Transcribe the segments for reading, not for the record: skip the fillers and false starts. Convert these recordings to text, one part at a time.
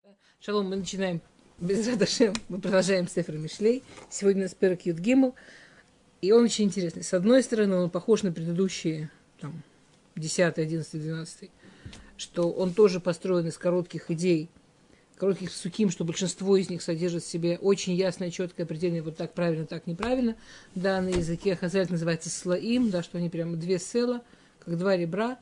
Шалом, мы начинаем Безрат Ашем, мы продолжаем Сефер Мишлей. Сегодня у нас перек Юд Гимел, и он очень интересный. С одной стороны, он похож на предыдущие, 10, 11, 12, что он тоже построен из коротких идей, коротких псуким, что большинство из них содержит в себе очень ясное, четкое определение, вот так правильно, так неправильно. Да, на языке Хазаль называется слоим, да, что они прямо две села, как два ребра.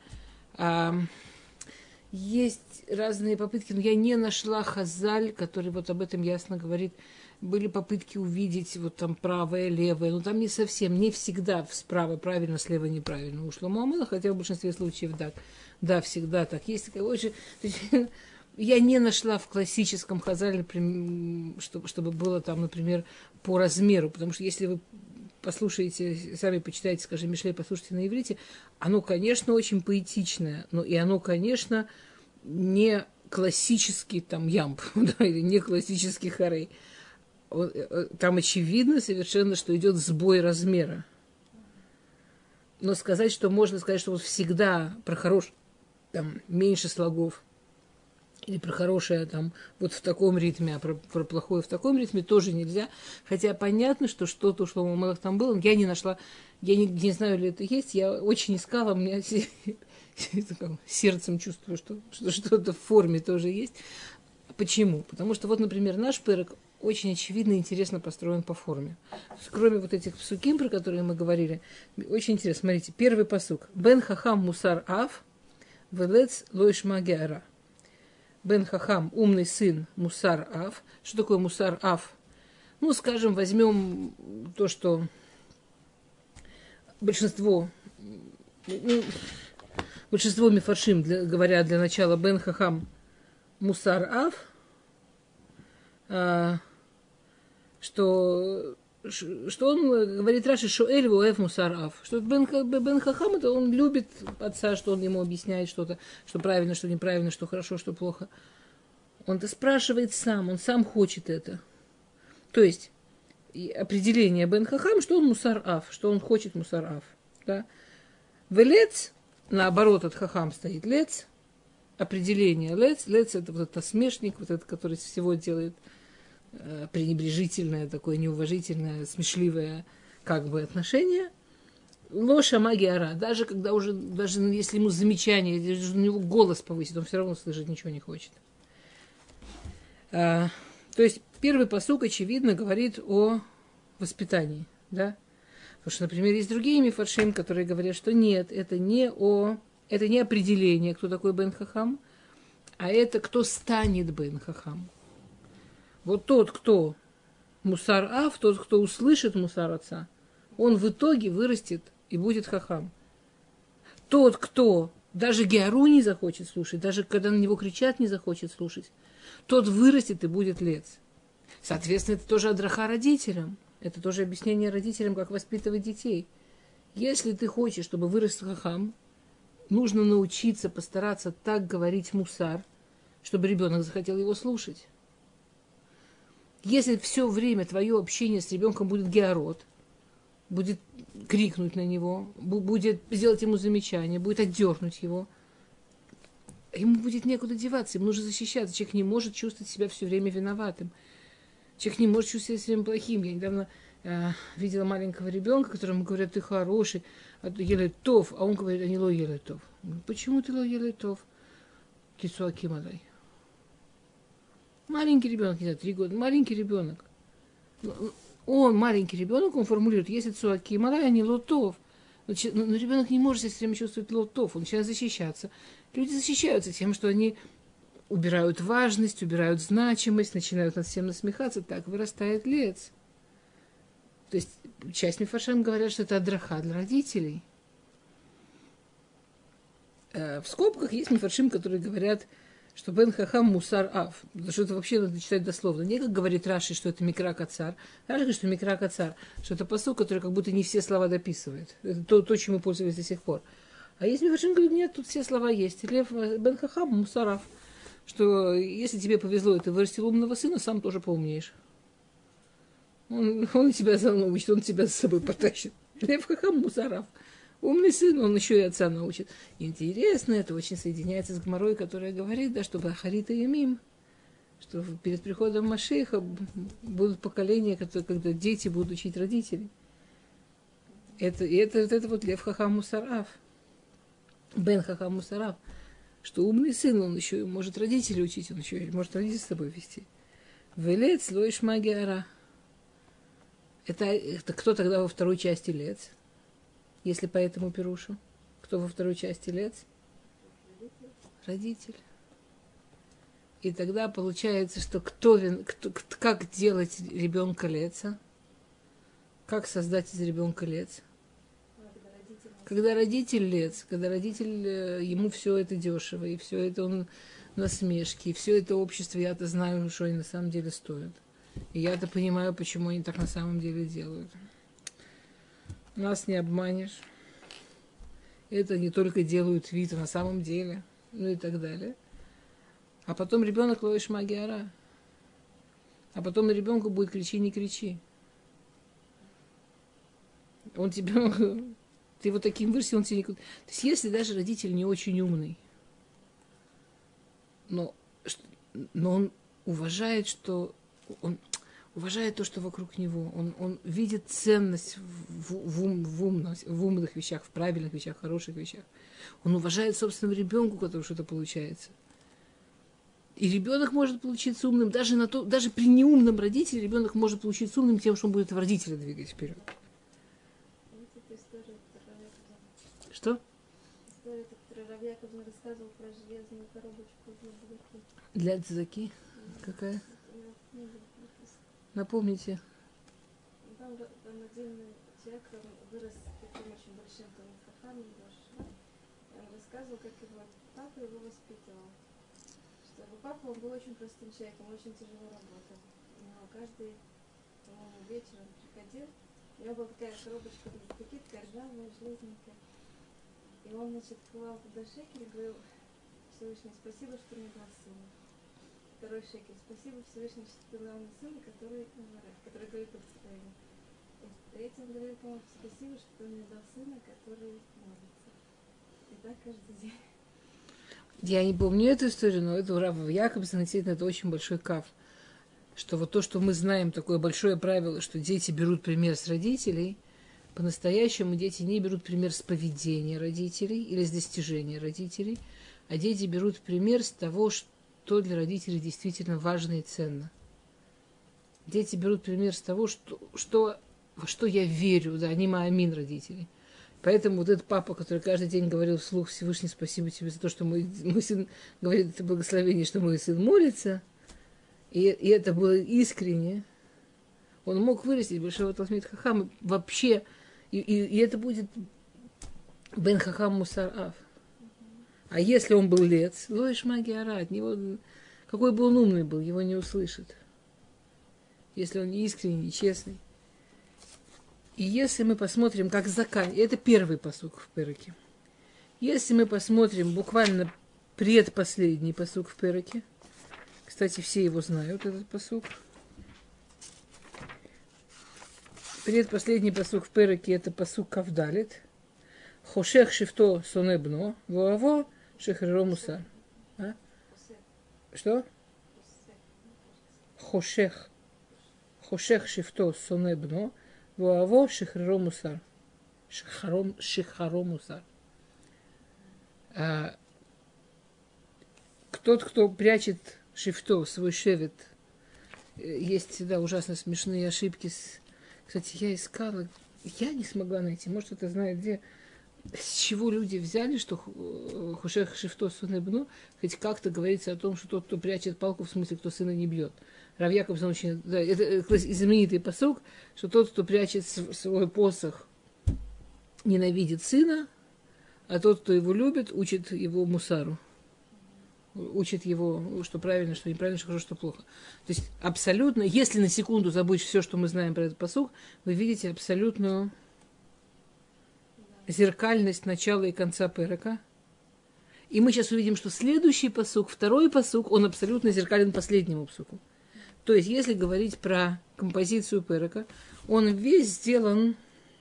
Есть разные попытки, но я не нашла Хазаль, который вот об этом ясно говорит. Были попытки увидеть вот там правое, левое, но там не совсем, не всегда справа правильно, слева неправильно. Ушло Муамела, хотя в большинстве случаев так. Да, всегда так. Есть такая очень... Я не нашла в классическом Хазале, чтобы было там, например, по размеру, потому что если вы послушаете, сами почитайте, скажем, Мишлей, послушайте на иврите, оно, конечно, очень поэтичное, но и оно, конечно, не классический там ямб, да, или не классический хорей. Там очевидно совершенно, что идет сбой размера. Но сказать, что можно сказать, что вот всегда про хорошее, там, меньше слогов, или про хорошее там вот в таком ритме, а про плохое в таком ритме тоже нельзя. Хотя понятно, что что-то ушло в Малах там было. Я не нашла, я не знаю, ли это есть. Я очень искала, у меня сердцем чувствую, что что-то в форме тоже есть. Почему? Потому что вот, например, наш перек очень очевидно и интересно построен по форме. Кроме вот этих псуким, про которые мы говорили, очень интересно. Смотрите, первый пасук. Бен хахам мусар ав, велец лоиш магиара. Бен Хахам, умный сын, Мусар Ав. Что такое Мусар Ав? Ну, скажем, возьмем то, что большинство мифаршим говорят для начала Бен Хахам Мусар Ав, что он говорит Раши, что Эль Вуэф Мусар Ав. Что Бен Хахам, это он любит отца, что он ему объясняет что-то, что правильно, что неправильно, что хорошо, что плохо. Он-то спрашивает сам, он сам хочет это. То есть определение Бен Хахам, что он Мусар Ав, что он хочет Мусар Ав. Да? Велец, наоборот, от Хахам стоит Лец, определение Лец. Лец это вот этот насмешник, вот этот, который всего делает пренебрежительное, такое неуважительное, смешливое как бы отношение. Лоша магиара, даже когда уже, даже если ему замечание, если у него голос повысит, он все равно слышать ничего не хочет. То есть первый пасук, очевидно, говорит о воспитании, да? Потому что, например, есть другие мифаршим, которые говорят, что нет, это не определение, кто такой Бен Хахам, а это кто станет Бен Хахам. Вот тот, кто Мусар Ав, тот, кто услышит Мусар отца, он в итоге вырастет и будет Хахам. Тот, кто даже Геару не захочет слушать, даже когда на него кричат, не захочет слушать, тот вырастет и будет Лец. Соответственно, это тоже адраха родителям. Это тоже объяснение родителям, как воспитывать детей. Если ты хочешь, чтобы вырос Хахам, нужно научиться, постараться так говорить Мусар, чтобы ребенок захотел его слушать. Если все время твое общение с ребенком будет георот, будет крикнуть на него, будет сделать ему замечание, будет отдернуть его, ему будет некуда деваться, ему нужно защищаться. Человек не может чувствовать себя все время виноватым. Человек не может чувствовать себя все время плохим. Я недавно видела маленького ребенка, которому говорят, ты хороший, а ты елетов, а он говорит, а не ло елетов. Почему ты ло елетов? Кисуаки мадай. Маленький ребенок, не знаю, 3 года, маленький ребенок. Он, маленький ребенок, он формулирует, если цуаки малай, а не лотов. Но ребенок не может себя все время чувствовать лотов, он начинает защищаться. Люди защищаются тем, что они убирают важность, убирают значимость, начинают над всем насмехаться, так вырастает Лец. То есть часть мифаршим говорят, что это адраха для родителей. В скобках есть мифаршим, которые говорят, что Бен Хахам Мусар Ав. Потому что это вообще надо читать дословно. Не как говорит Раши, что это Микра Кацар. Раши говорит, что Микра Кацар, что это пасук, который как будто не все слова дописывает. Это то, чем мы пользовались до сих пор. А есть мифаршим, говорит, нет, тут все слова есть. Лев Бен Хахам Мусар Ав. Что если тебе повезло, и ты вырастил умного сына, сам тоже поумнеешь. Он тебя научит, он тебя с собой потащит. Лев Хахам Мусар Ав. Умный сын, он еще и отца научит. Интересно, это очень соединяется с Гмарой, которая говорит, да, что Бахарита Ямим, что перед приходом Машиаха будут поколения, когда дети будут учить родителей. Это вот Лев Хахам Мусарав, Бен Хахам Мусарав, что умный сын, он еще может родителей учить, он еще может родителей с собой вести. Велец лоиш магиара. Это кто тогда во второй части лец? Если по этому пирушу? Кто во второй части лец? Родитель. И тогда получается, что как делать ребенка леца? Как создать из ребенка лец? Когда родитель лец, когда родитель, ему все это дешево, и все это он насмешки, и все это общество, я-то знаю, что они на самом деле стоят. И я-то понимаю, почему они так на самом деле делают. Нас не обманешь. Это не только делают вид, а на самом деле, ну и так далее. А потом ребенок ловишь магиара. А потом на ребенку будет кричи, не кричи. Он тебя... Ты его таким вырастил, он тебе никуда... То есть, если даже родитель не очень умный, но он уважает, что... Он уважает то, что вокруг него. Он видит ценность в умных вещах, в правильных вещах, в хороших вещах. Он уважает собственного ребенка, у которого что-то получается. И ребенок может получиться умным, даже при неумном родителе ребенок может получиться умным тем, что он будет родителя двигать вперед. Что? История, которую Рав Яковлев рассказывал про железную коробочку для цадаки. Какая? Напомните. Там один человек вырос таким очень большим хахамом, и он рассказывал, как его папа его воспитывал. Что его папа, он был очень простым человеком, очень тяжело работал. Но каждый, по-моему, вечером приходил, у него была такая коробочка для цадаки, такая ржавая, железненькая. И он, значит, клал туда шекель и говорил: Всевышний, спасибо, что мне дал сына. Второй шекель: спасибо, Всевышний, что ты дал мне сына, который говорит благословение. И в третьем говорил: спасибо, что ты мне дал сына, который молится. И так каждый день. Я не помню эту историю, но это у Рава Яковлева, действительно, это очень большой каф. Что вот то, что мы знаем, такое большое правило, что дети берут пример с родителей, по-настоящему дети не берут пример с поведения родителей или с достижения родителей, а дети берут пример с того, что для родителей действительно важно и ценно. Дети берут пример с того, во что я верю, да, не маамин родителей. Поэтому вот этот папа, который каждый день говорил вслух: Всевышний, спасибо тебе за то, что мой сын говорит это благословение, что мой сын молится, и это было искренне, он мог вырастить большого Талмид Хахама вообще. И это будет Бен Хахам Мусарав. А если он был лец, лоиш магиара, от него, какой бы он умный был, его не услышит. Если он не искренний, не честный. И если мы посмотрим, как это первый пасук в Переке. Если мы посмотрим буквально предпоследний пасук в Переке, кстати, все его знают, этот пасук. Предпоследний пасук в Переке — это пасук Кавдалит. Хошех шифто соне бно, воаво шехреро мусар. Что? Хошех шифто соне бно, воаво шехреро мусар. Шехаро мусар. Тот, кто прячет шифто, свой шевет, есть всегда ужасно смешные ошибки. Кстати, я искала, я не смогла найти, может, кто-то знает где, с чего люди взяли, что Хошех шифто соне бно, хоть как-то говорится о том, что тот, кто прячет палку, в смысле, кто сына не бьет. Рав Яковлев очень... Да, это знаменитый пасук, что тот, кто прячет свой посох, ненавидит сына, а тот, кто его любит, учит его мусару. Учит его, что правильно, что неправильно, что хорошо, что плохо. То есть абсолютно, если на секунду забыть все, что мы знаем про этот пасук, вы видите абсолютную зеркальность начала и конца Перека. И мы сейчас увидим, что следующий пасук, второй пасук, он абсолютно зеркален последнему пасуку. То есть, если говорить про композицию Перека, он весь сделан,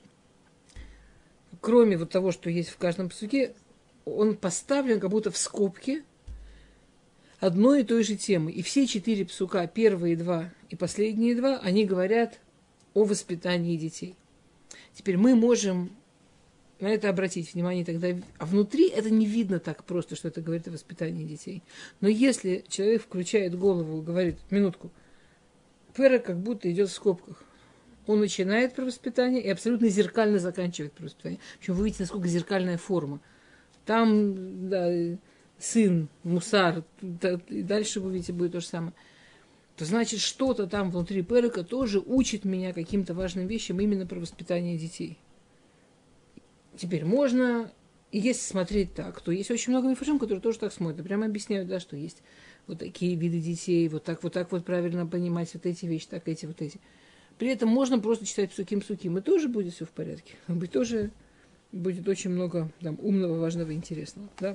кроме вот того, что есть в каждом пасуке, он поставлен как будто в скобки одной и той же темы. И все 4 псука, первые 2 и последние 2, они говорят о воспитании детей. Теперь мы можем на это обратить внимание тогда. А внутри это не видно так просто, что это говорит о воспитании детей. Но если человек включает голову и говорит, минутку, пера как будто идет в скобках. Он начинает про воспитание и абсолютно зеркально заканчивает про воспитание. Причем вы видите, насколько зеркальная форма. Там да, сын, мусар, и дальше вы видите, будет то же самое. То значит, что-то там внутри перека тоже учит меня каким-то важным вещам именно про воспитание детей. Теперь можно, и если смотреть так, то есть очень много мифашим, которые тоже так смотрят. Прямо объясняют, да, что есть вот такие виды детей, вот так вот правильно понимать вот эти вещи, так эти, вот эти. При этом можно просто читать псуким, и тоже будет все в порядке. И тоже будет очень много там, умного, важного, интересного. Да?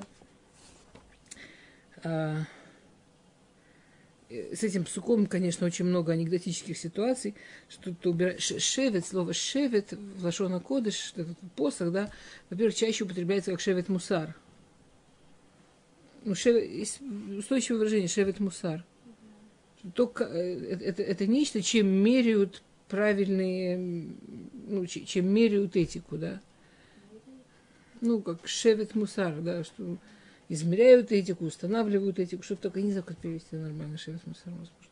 С этим псуком, конечно, очень много анекдотических ситуаций, что ты убираешь шевет, слово шевет в лашона кодыш, этот посох, да, во-первых, чаще употребляется как шевет мусар. Ну, есть устойчивое выражение шевет мусар. Только это нечто, чем меряют правильные, ну, чем меряют этику, да. Ну, как шевет мусар, да, что измеряют этику, устанавливают этику, что-то такое. Я не знаю, как перевести нормально шевет мусар, возможно.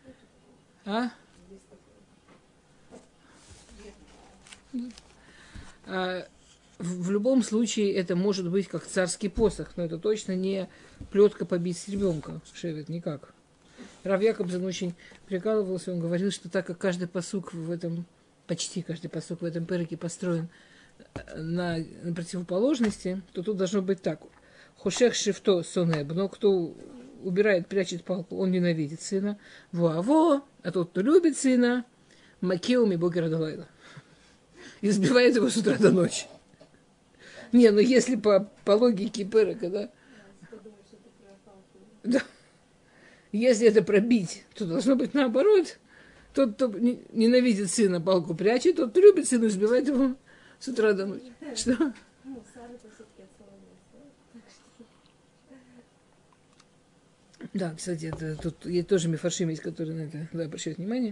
В любом случае это может быть как царский посох, но это точно не плетка побить с ребенка, шевет, никак. Рав Якобсон очень прикалывался, он говорил, что так как каждый пасук в этом, почти каждый пасук в этом переке построен на противоположности, то тут должно быть так. Хошех шифто сонеб, но кто убирает, прячет палку, он ненавидит сына. Во-аво, а тот, кто любит сына, макеуми богера далайла. Избивает его с утра до ночи. Не, ну если по логике перека, да. Да. Если это пробить, то должно быть наоборот. Тот, кто ненавидит сына, палку прячет, тот, кто любит сына, избивает его с утра до ночи. Что? Да, кстати, тут тоже мифаршим есть, которые на это обращают внимание.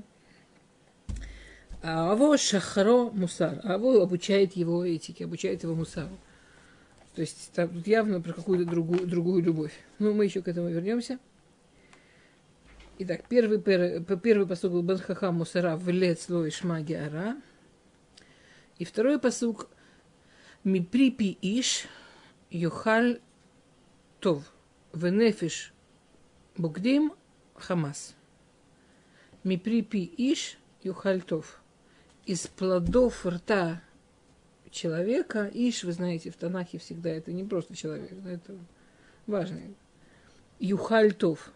А Аво шахаро мусар. Аво обучает его этике, обучает его мусару. То есть там, тут явно про какую-то другую любовь. Но мы еще к этому вернемся. Итак, первый пасук был Бен Хахам Мусара влец лой шма геара. И второй пасук Миприпи иш юхаль тов венефиш бугдим хамас. Миприпи иш юхаль тов. Из плодов рта человека, иш, вы знаете, в Танахе всегда это не просто человек, это важно. Юхаль тов.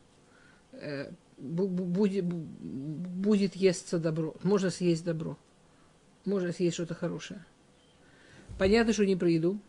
Будет естся добро. Можно съесть добро. Можно съесть что-то хорошее. Понятно, что не про еду.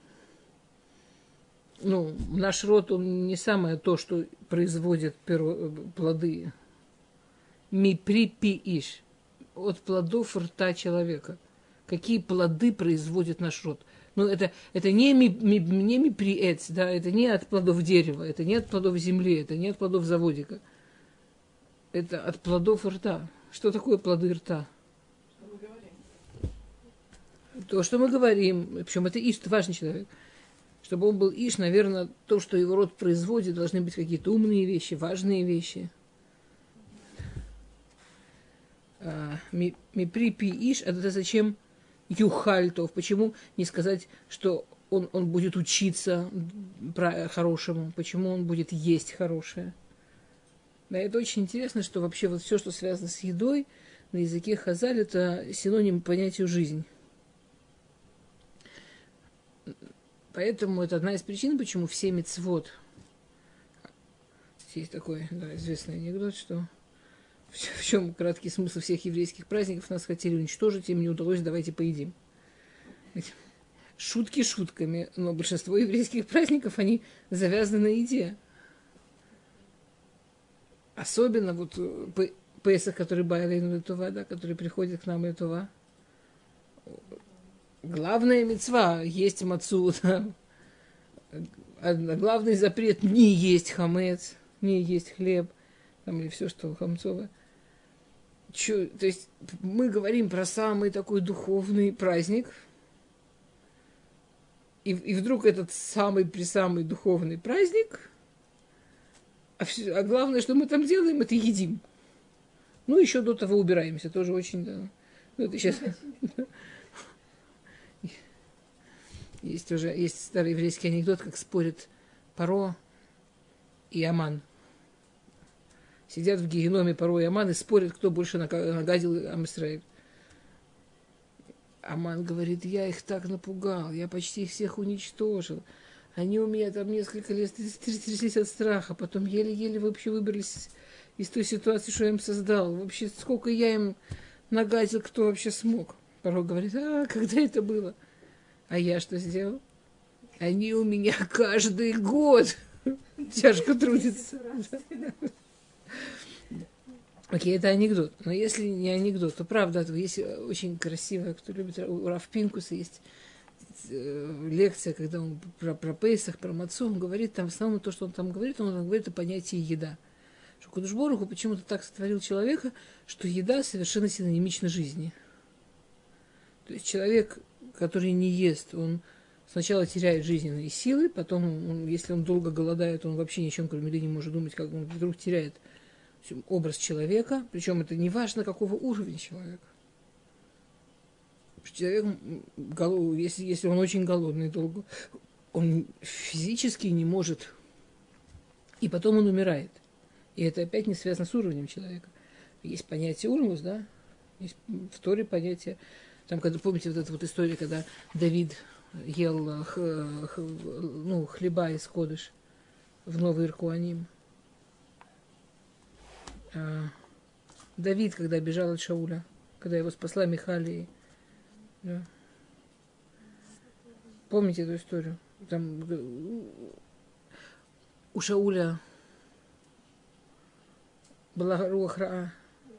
Ну, наш род, он не самое то, что производит плоды. Миприпи-иш. От плодов рта человека. Какие плоды производит наш род. Ну, это не миприэц, да, это не от плодов дерева, это не от плодов земли, это не от плодов заводика. Это от плодов рта. Что такое плоды рта? Что мы говорим? То, что мы говорим. Причем это иш, это важный человек. Чтобы он был иш, наверное, то, что его род производит, должны быть какие-то умные вещи, важные вещи. Миприпи иш, а это зачем юхальтов? Почему не сказать, что он будет учиться хорошему? Почему он будет есть хорошее? Да, это очень интересно, что вообще вот все, что связано с едой, на языке хазаль, это синоним понятию жизнь. Поэтому это одна из причин, почему все мицвот. Есть такой известный анекдот, что в чем краткий смысл всех еврейских праздников: нас хотели уничтожить, им не удалось, давайте поедим. Шутки шутками, но большинство еврейских праздников, они завязаны на еде. Особенно вот Песах, который Байлейну Летува, да, который приходит к нам Летува. Главная мицва есть мацу, да. Главный запрет не есть хамец. не есть хлеб, там, или все, что хамцовое. То есть мы говорим про самый такой духовный праздник, и вдруг этот самый духовный праздник, а главное, что мы там делаем, это едим. Ну, еще до того убираемся, тоже очень, да. Ну, это сейчас... Есть старый еврейский анекдот, как спорят Паро и Аман. Сидят в геноме Паро и Аман и спорят, кто больше нагадил Ам Исраэль. Аман говорит: я их так напугал, я почти их всех уничтожил. Они у меня там несколько лет тряслись от страха, потом еле-еле вообще выбрались из той ситуации, что я им создал. Вообще, сколько я им нагадил, кто вообще смог. Паро говорит: когда это было? А я что сделал? Они у меня каждый год тяжко трудятся. Окей, это анекдот. Но если не анекдот, то правда, есть очень красивая, кто любит, у Рав Пинкуса есть лекция, когда он про Пейсах, про Мацу, он говорит, там в основном то, что он там говорит о понятии еда. Что Кадош Барух Ху почему-то так сотворил человека, что еда совершенно синонимична жизни. То есть человек, который не ест, он сначала теряет жизненные силы, потом, если он долго голодает, он вообще ни о чем, кроме еды, не может думать, как он вдруг теряет образ человека, причем это не важно, какого уровня человека. Человек, если он очень голодный долго, он физически не может, и потом он умирает. И это опять не связано с уровнем человека. Есть понятие урмус, да, есть в Торе понятие, там, когда, помните, вот эта вот история, когда Давид ел хлеба из Кодыш в Новый Иркуаним. Давид, когда бежал от Шауля, когда его спасла Михалия. Да. Помните эту историю? Там у Шауля была руах раа.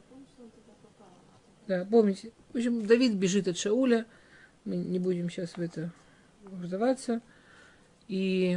Да, помните? В общем, Давид бежит от Шауля. Мы не будем сейчас в это вдаваться. И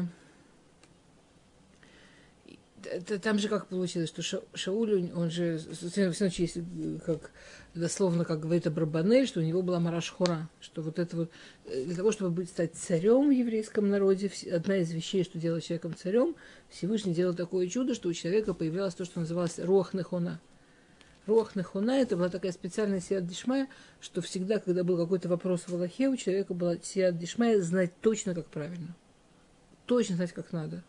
там же как получилось, что Шауль, он же, в всяком случае, если как дословно, как говорит Абрабанель, что у него была мараш-хора, что вот это вот, для того, чтобы стать царем в еврейском народе, одна из вещей, что делает человеком царем, Всевышний делал такое чудо, что у человека появлялось то, что называлось руах нехона. Руах нехона – это была такая специальная сиат дишмая, что всегда, когда был какой-то вопрос в Аллахе, у человека была сиат дишмая знать точно, как правильно. Точно знать, как надо.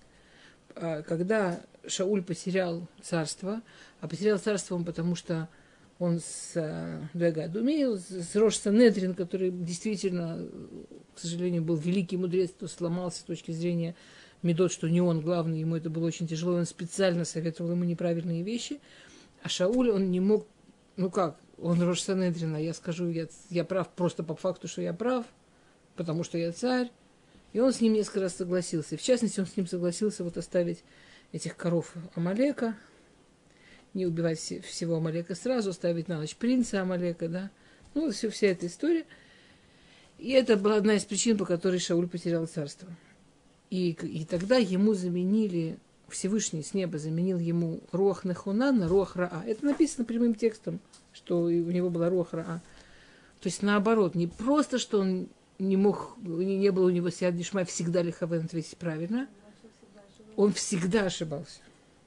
Когда Шауль потерял царство, а потерял царство он потому, что он с Дуэгадумею, с Рош Санедрин, который действительно, к сожалению, был великий мудрец, кто сломался с точки зрения Медот, что не он главный, ему это было очень тяжело, он специально советовал ему неправильные вещи, а Шауль, он не мог, он Рош Санедрин, а я скажу, я прав просто по факту, что я прав, потому что я царь. И он с ним несколько раз согласился. И в частности, он с ним согласился вот оставить этих коров Амалека, не убивать всего Амалека сразу, оставить на ночь принца Амалека, да. Ну, вся эта история. И это была одна из причин, по которой Шауль потерял царство. И тогда ему заменили, Всевышний с неба заменил ему руах нехуна на руах раа. Это написано прямым текстом, что у него была руах раа. То есть наоборот, не просто, что он не было у него сиат дишмай, всегда ли Хавен ответить правильно. Он всегда ошибался.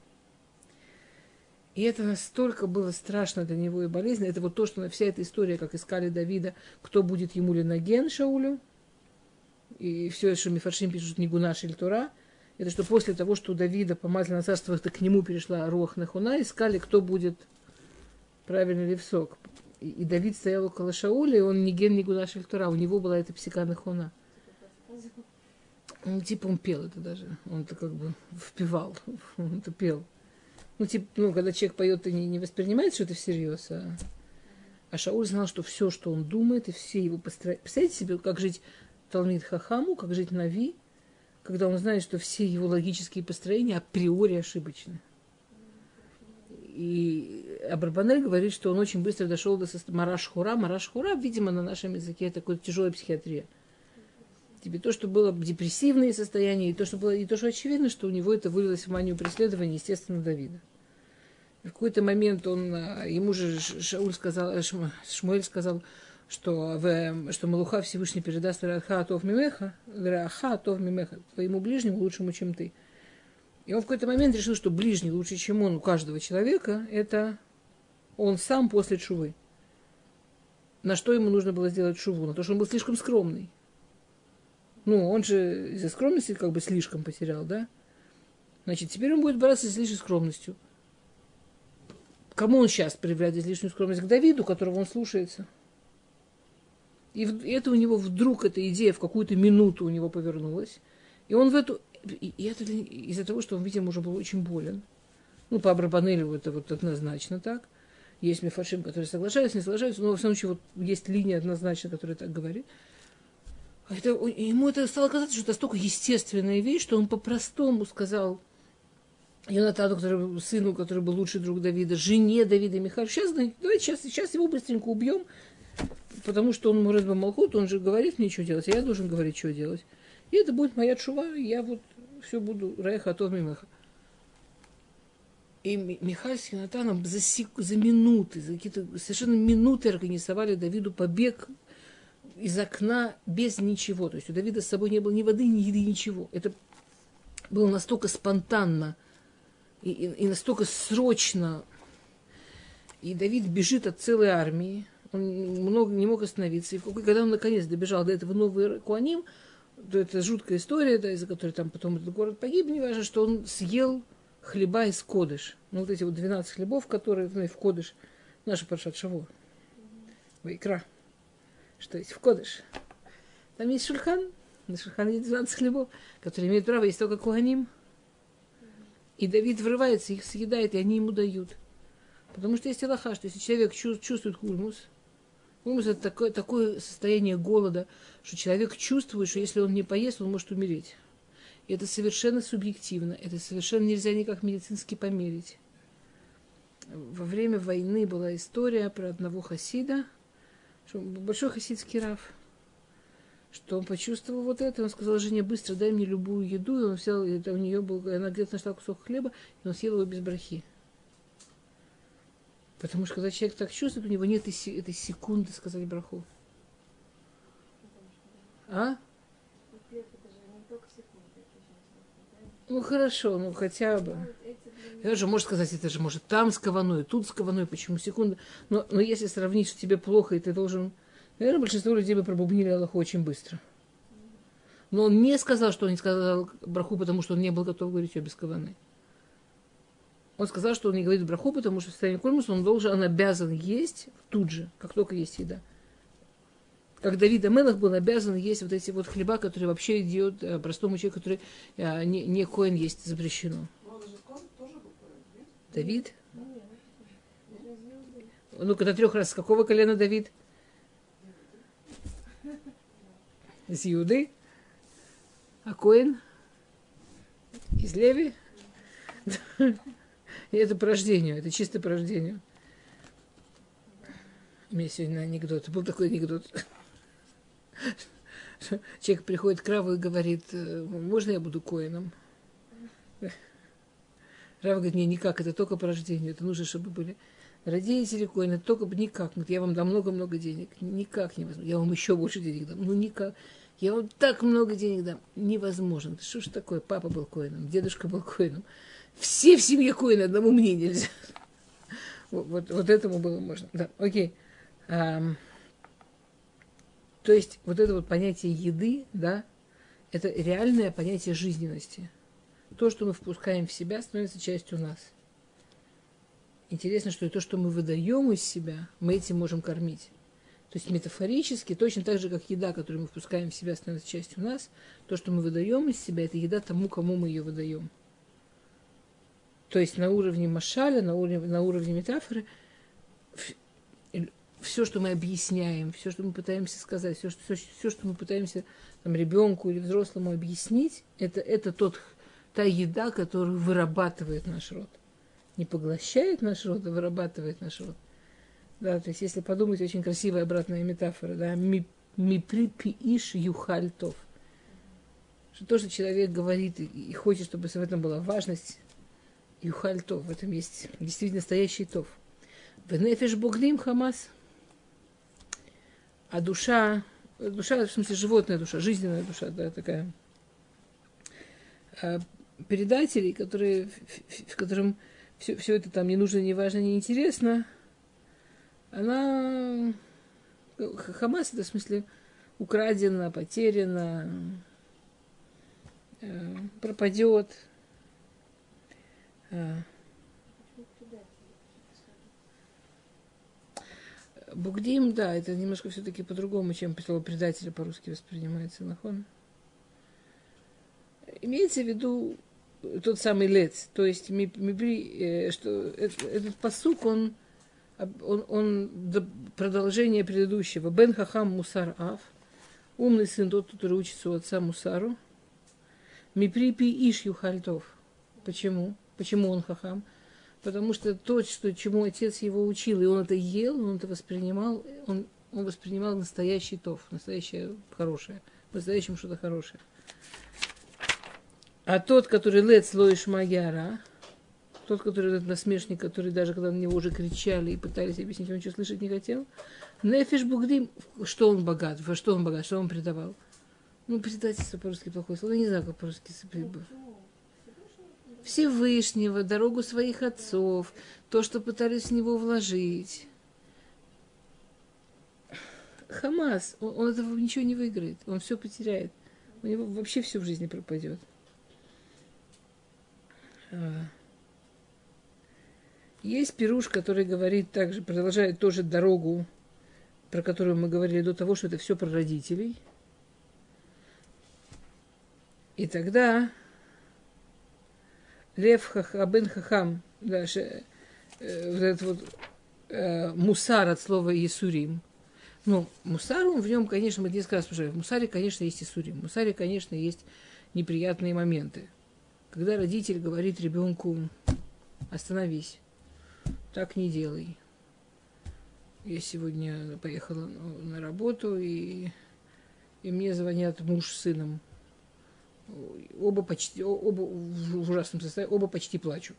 И это настолько было страшно для него и болезненно. Это вот то, что вся эта история, как искали Давида, кто будет ему ленаген Шаулю. И все, что Мифаршим пишут не Гунаш или Тора, это что после того, что у Давида помазали на царство, это к нему перешла руах нехуна, искали, кто будет правильный левсок. И Давид стоял около Шауля, и он ни ген, ни гунаш или Тора. У него была эта псика нехуна. Он пел это даже. Он это как бы впевал. Он это пел. Когда человек поет, ты не воспринимает, что это всерьез. А Шауль знал, что все, что он думает, и все его построения. Представляете себе, как жить Талмид Хахаму, как жить Нави, когда он знает, что все его логические построения априори ошибочны. И Абрабанель говорит, что он очень быстро дошел до Мараш-Хура. Мараш-Хура, видимо, на нашем языке это такая тяжелая психиатрия. Тебе то, что было депрессивное состояние, и то, что очевидно, что у него это вылилось в манию преследования, естественно, Давида. В какой-то момент ему же Шмуэль сказал, что Малуха Всевышний передаст Раха Атов Мимеха, твоему ближнему лучшему, чем ты. И он в какой-то момент решил, что ближний лучше, чем он, у каждого человека, это он сам после тшувы. На что ему нужно было сделать тшуву? На то, что он был слишком скромный. Он же из-за скромности как бы слишком потерял, да? Значит, теперь он будет бороться с излишней скромностью. Кому он сейчас проявляет излишнюю скромность? К Давиду, которого он слушается. И это у него вдруг, эта идея в какую-то минуту у него повернулась. И он И это из-за того, что он, видимо, уже был очень болен. По Абрабанелю это вот однозначно так. Есть мифаршим, которые соглашаются, не соглашаются, но, во всяком случае, есть линия однозначно, которая так говорит. Ему это стало казаться, что это столько естественная вещь, что он по-простому сказал Йонатану, сыну, который был лучший друг Давида, жене Давида и Михаила, давайте сейчас его быстренько убьем, потому что он Муред Бамалхут, он же говорит мне, что делать, а я должен говорить, что делать. И это будет моя тшува, и я все буду Раеха Атов Мимеха. И Михаил с Йонатаном за минуты, за какие-то совершенно минуты организовали Давиду побег из окна без ничего. То есть у Давида с собой не было ни воды, ни еды, ничего. Это было настолько спонтанно и настолько срочно. И Давид бежит от целой армии. Он не мог остановиться. И когда он наконец добежал до этого нового Куаним, то это жуткая история, да, из-за которой там потом этот город погиб, не важно, что он съел хлеба из Кодыш. Вот эти 12 хлебов, которые в Кодыш, наша Паршат Шаво, Вайкра, что есть в Кодыш. Там есть шульхан, на шульхане есть 12 хлебов, которые имеют право есть только куаним. И Давид врывается, их съедает, и они ему дают. Потому что есть алаха, что если человек чувствует хульмус это такое состояние голода, что человек чувствует, что если он не поест, он может умереть. И это совершенно субъективно, это совершенно нельзя никак медицински померить. Во время войны была история про одного хасида, большой хасидский рав, что он почувствовал вот это, и он сказал жене: быстро дай мне любую еду, и он взял, это у нее был, она где-то нашла кусок хлеба, и он съел его без брахи. Потому что когда человек так чувствует, у него нет этой секунды сказать браху. А? Хорошо, хотя бы. Я же, можно сказать, это же может там с каваной, тут с каваной, почему секунда. Но если сравнить, что тебе плохо, и ты должен... Наверное, большинство людей бы пробубнили Аллаху очень быстро. Но он не сказал, что он не сказал браху, потому что он не был готов говорить ее без каваны. Он сказал, что он не говорит браху, потому что в состоянии кульмуса он обязан есть тут же, как только есть еда. Как Давид Амелах был обязан есть вот эти вот хлеба, которые вообще идет простому человеку, который не коэн, есть запрещено. Давид? Ну-ка, до 3 раз. С какого колена Давид? Из Иуды. А коэн? Из Леви? И это по рождению, это чисто по рождению. У меня сегодня анекдот. Был такой анекдот. Человек приходит к Раву и говорит: можно я буду коэном? Рав говорит: не, никак, это только по рождению. Это нужно, чтобы были родители коэны, только никак. Я вам дам много-много денег. Никак невозможно. Я вам еще больше денег дам. Никак. Я вам так много денег дам. Невозможно. Что ж такое? Папа был коэном, дедушка был коэном. Все в семье коэна, одному мне нельзя. Вот этому было можно. Да, окей. То есть вот это вот понятие еды, да, это реальное понятие жизненности. То, что мы впускаем в себя, становится частью нас. Интересно, что и то, что мы выдаем из себя, мы этим можем кормить. То есть метафорически, точно так же, как еда, которую мы впускаем в себя, становится частью нас, то, что мы выдаем из себя, это еда тому, кому мы ее выдаем. То есть на уровне машаля, на уровне метафоры, все, что мы объясняем, все, что мы пытаемся сказать, все, что мы пытаемся ребенку или взрослому объяснить, это та еда, которую вырабатывает наш род. Не поглощает наш род, а вырабатывает наш род. Да, то есть, если подумать, очень красивая обратная метафора, да, мипри пииш юхальтов. что то, что человек говорит и хочет, чтобы в этом была важность, юхаль тов, в этом есть действительно настоящий тов. Венефеш бугдим хамас. А душа, в смысле животная душа, жизненная душа, да, такая, предателей, в котором все это там не нужно, не важно, не интересно, она, Хамас, это в смысле украдена, потеряна, пропадет. Бугдим, да, это немножко все-таки по-другому, чем слово предателя по-русски воспринимается, нахон. Имеется в виду тот самый лец, то есть что этот пасук, он продолжение предыдущего. Бен хахам мусар ав, умный сын тот, который учится у отца мусару. Миприпи иш юхальтов. Почему? Почему он хахам? Потому что то, чему отец его учил, и он это ел, он это воспринимал, он воспринимал настоящий тов, настоящее хорошее, по-настоящему что-то хорошее. А тот, который лец лоиш магяра, тот, который этот насмешник, который даже когда на него уже кричали и пытались объяснить, он ничего слышать не хотел, нефиш бугдим, что он богат, во что он богат, что он предавал. Ну, предательство по-русски плохое слово, я не знаю, как по-русски. Всевышнего, дорогу своих отцов, то, что пытались в него вложить. Хамас, он этого ничего не выиграет, он все потеряет. У него вообще все в жизни пропадет. Есть пируш, который говорит также, продолжает тоже дорогу, про которую мы говорили до того, что это все про родителей. И тогда Лев Абен Хахам, даже вот этот вот мусар от слова Исурим. Ну, мусар, в нем, конечно, мы несколько раз спрашивали, в мусаре, конечно, есть Исурим. В мусаре, конечно, есть неприятные моменты. Когда родитель говорит ребенку: остановись, так не делай. Я сегодня поехала на работу, и мне звонят муж с сыном. Оба в ужасном состоянии, оба почти плачут.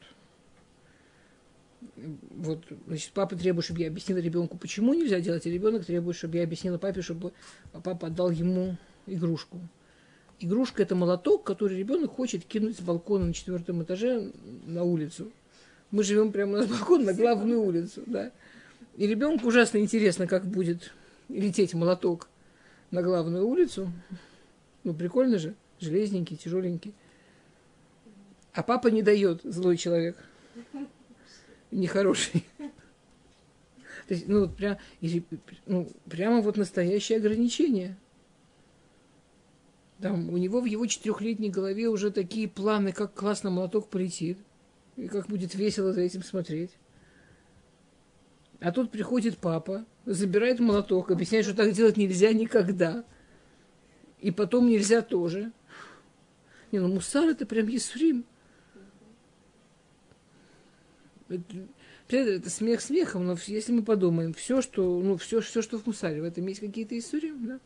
Вот, значит, папа требует, чтобы я объяснила ребенку, почему нельзя делать, и ребенок требует, чтобы я объяснила папе, чтобы папа отдал ему игрушку. Игрушка – это молоток, который ребенок хочет кинуть с балкона на 4-м этаже на улицу. Мы живем прямо на балкон, на главную улицу, да. И ребенку ужасно интересно, как будет лететь молоток на главную улицу. Ну, прикольно же. Железненький, тяжеленький. А папа не дает, злой человек. Нехороший. То есть, прямо вот настоящее ограничение. Там у него в его 4-летней голове уже такие планы, как классно молоток полетит. И как будет весело за этим смотреть. А тут приходит папа, забирает молоток, объясняет, что так делать нельзя никогда. И потом нельзя тоже. Не, ну мусар это прям Исурим. Это смех смехом, но если мы подумаем, все, что в мусаре, в этом есть какие-то Исурим, да?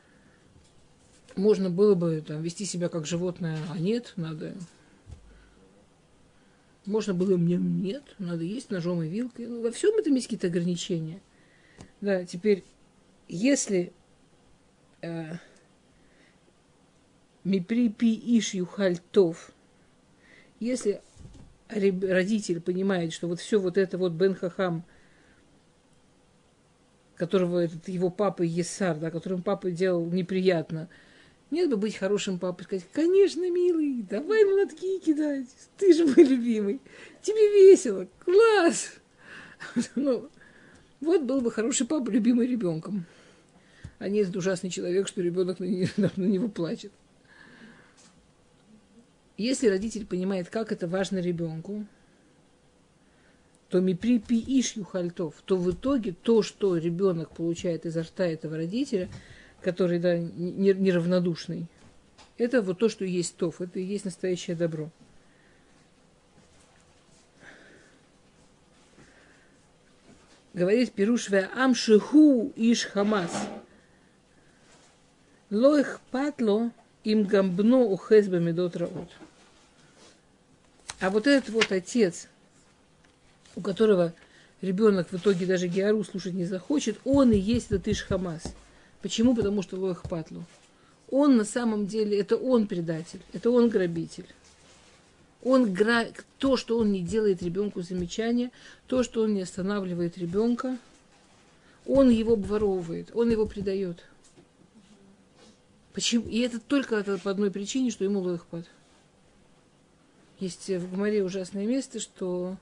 Можно было бы там вести себя как животное, а нет, надо. Можно было нет, надо есть ножом и вилкой. Ну, во всем этом есть какие-то ограничения. Да, теперь, если Миприпи иш юхаль тов. Если родитель понимает, что вот все вот это вот Бен Хахам, которого его папа Есар, да, которым папа делал неприятно, нет бы быть хорошим папой, сказать: конечно, милый, давай молотки кидать, ты же мой любимый, тебе весело, класс. Ну, вот был бы хороший папа, любимый ребенком, а не этот ужасный человек, что ребенок на него плачет. Если родитель понимает, как это важно ребенку, то миприпи иш юхальтов, то в итоге то, что ребенок получает изо рта этого родителя, который, да, неравнодушный, это вот то, что есть тов, это и есть настоящее добро. Говорит Пируш амшиху иш хамас. Лоих патло им гамбно ухез бамидот раот. А вот этот вот отец, у которого ребенок в итоге даже Геару слушать не захочет, он и есть этот Иш Хамас. Почему? Потому что Лоэх Патлу. Он на самом деле, это он предатель, это он грабитель. То, что он не делает ребенку замечания, то, что он не останавливает ребенка, он его обворовывает, он его предает. Почему? И это только по одной причине, что ему Лоэх Пат. Есть в Гмаре ужасное место, что...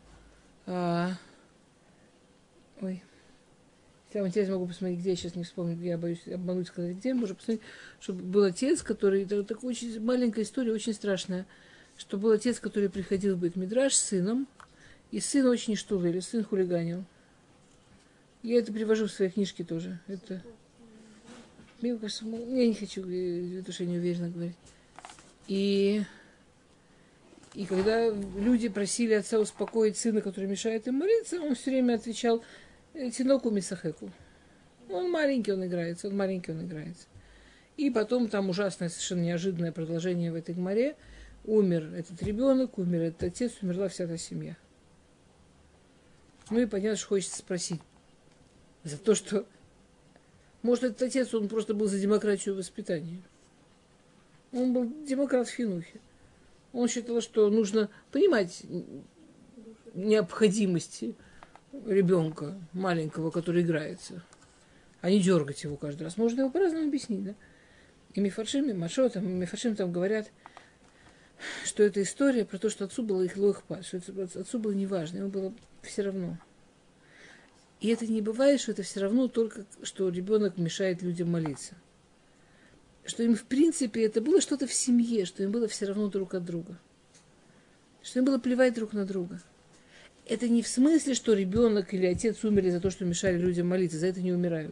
Я интересно могу посмотреть, где, я сейчас не вспомню, я боюсь обмануть, сказать, где. Можно посмотреть, что был отец, который... Это такая очень маленькая история, очень страшная. Что был отец, который приходил в Бейт-Мидраш с сыном, и сын очень штулили, сын хулиганил. Я это привожу в своей книжке тоже. Это... Мне кажется, я не хочу, потому что я не уверена говорить. И когда люди просили отца успокоить сына, который мешает им молиться, он все время отвечал: «Тиноку мисахеку». Он маленький, он играется, он маленький, он играется. И потом там ужасное, совершенно неожиданное продолжение в этой гмаре. Умер этот ребенок, умер этот отец, умерла вся эта семья. Ну и понятно, что хочется спросить. За то, что... Может, этот отец, он просто был за демократию воспитания. Он был демократ в Хинухе. Он считал, что нужно понимать необходимости ребенка маленького, который играется, а не дергать его каждый раз. Можно его по-разному объяснить, да? И Мифаршим, и Мифаршим там говорят, что это история про то, что отцу было их лоихпад, что отцу было неважно, ему было все равно. И это не бывает, что это все равно только, что ребенок мешает людям молиться. Что им, в принципе, это было что-то в семье, что им было все равно друг от друга. Что им было плевать друг на друга. Это не в смысле, что ребенок или отец умерли за то, что мешали людям молиться, за это не умирают.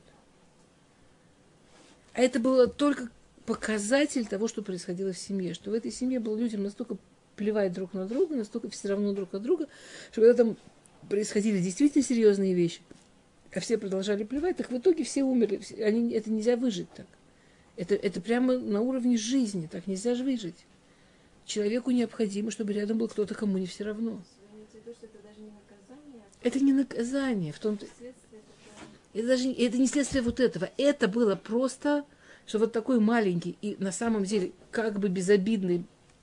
А это было только показатель того, что происходило в семье. Что в этой семье было людям настолько плевать друг на друга, настолько все равно друг от друга, что когда там происходили действительно серьезные вещи, а все продолжали плевать, так в итоге все умерли. Это нельзя выжить так. Это прямо на уровне жизни, так нельзя же выжить. Человеку необходимо, чтобы рядом был кто-то, кому не все равно. Это не наказание. В том-то... Это не следствие вот этого. Это было просто, что вот такой маленький и на самом деле как бы безобидный.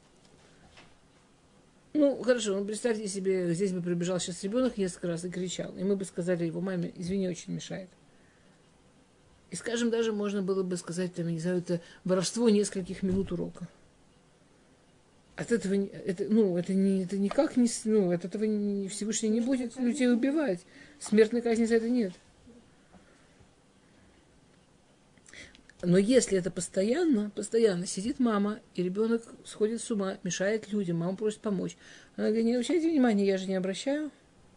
Ну, хорошо, ну представьте себе, здесь бы прибежал сейчас ребенок несколько раз и кричал. И мы бы сказали его маме: извини, очень мешает. И, скажем, даже можно было бы сказать, там, я не знаю, это воровство нескольких минут урока. От этого, это никак не, от этого Всевышний не будет людей убивать. Смертной казни за это нет. Но если это постоянно сидит мама, и ребенок сходит с ума, мешает людям, мама просит помочь. Она говорит: не обращайте внимания, я же не обращаю.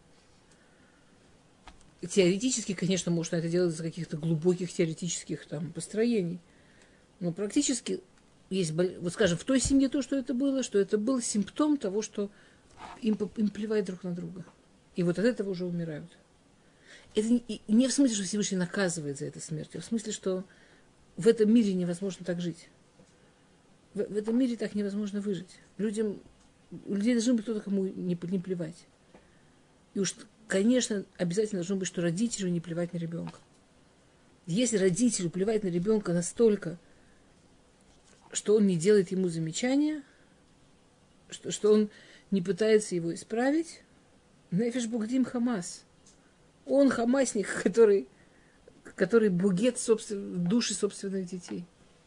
Теоретически, конечно, можно это делать из каких-то глубоких теоретических там построений. Но практически есть, вот скажем, в той семье то, что это был симптом того, что им плевать друг на друга. И вот от этого уже умирают. Это не в смысле, что Всевышний наказывает за это смерть, а в смысле, что в этом мире невозможно так жить. В этом мире так невозможно выжить. У людей должен быть кто-то, кому не плевать. И уж, конечно, обязательно должно быть, что родителю не плевать на ребенка. Если родителю плевать на ребенка настолько, что он не делает ему замечания, что он не пытается его исправить, нефиш бугдим хамас. Он хамасник, который бугет души собственных детей.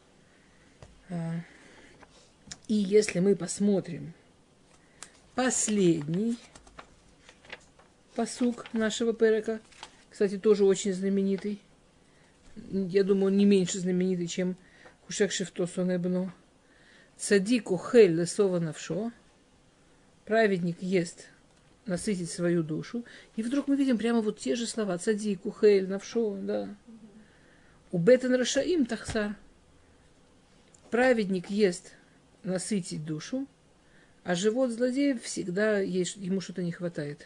И если мы посмотрим последний пасук нашего перека, кстати, тоже очень знаменитый, я думаю, он не меньше знаменитый, чем Хушек Шифто Сонебно. Цадик ухель лесова навшо. Праведник ест насытить свою душу. И вдруг мы видим прямо вот те же слова. Цадик ухель навшо, да. Убетен рашаим тахсар. Праведник ест насытить душу, а живот злодеев всегда ему что-то не хватает.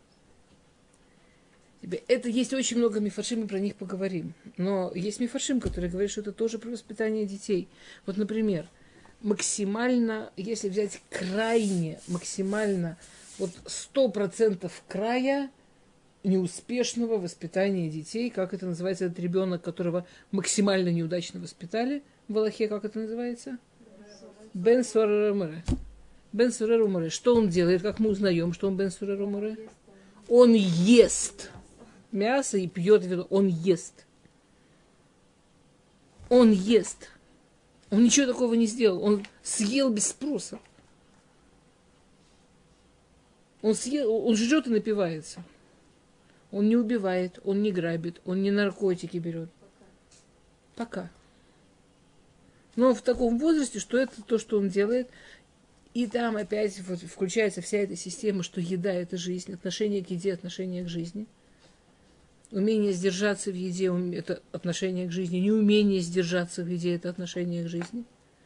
Это есть очень много мифаршим, мы про них поговорим. Но есть мифаршим, который говорит, что это тоже про воспитание детей. Вот, например, максимально, если взять крайне, максимально, вот 100% края неуспешного воспитания детей, как это называется, этот ребенок, которого максимально неудачно воспитали в Аллахе, как это называется? Бен Сурер Умре. Бен Сурер Умре. Что он делает, как мы узнаем, что он Бен Сурер Умре? Он ест мясо и пьет вино. Он ест. Он ест. Он ничего такого не сделал. Он съел без спроса. Он съел, он жрет и напивается. Он не убивает, он не грабит, он не наркотики берет. Пока. Но в таком возрасте, что это то, что он делает. И там опять вот включается вся эта система, что еда – это жизнь, отношение к еде – отношение к жизни. Умение сдержаться в еде – это отношение к жизни. Неумение сдержаться в еде – это отношение к жизни.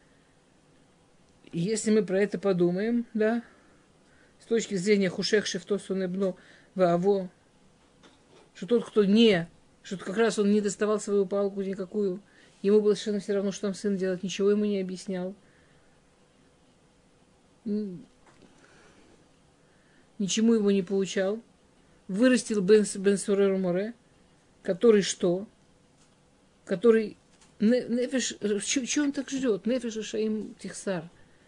И если мы про это подумаем, да, с точки зрения хушех шефтосун эбно вааво, что тот, кто не, что как раз он не доставал свою палку никакую, ему было совершенно все равно, что там сын делает, ничего ему не объяснял. Ничему его не получал. Вырастил Бен Сурер Море, который что? Который нефеш, что он так жрет? Нефеш Шаим Тихсар.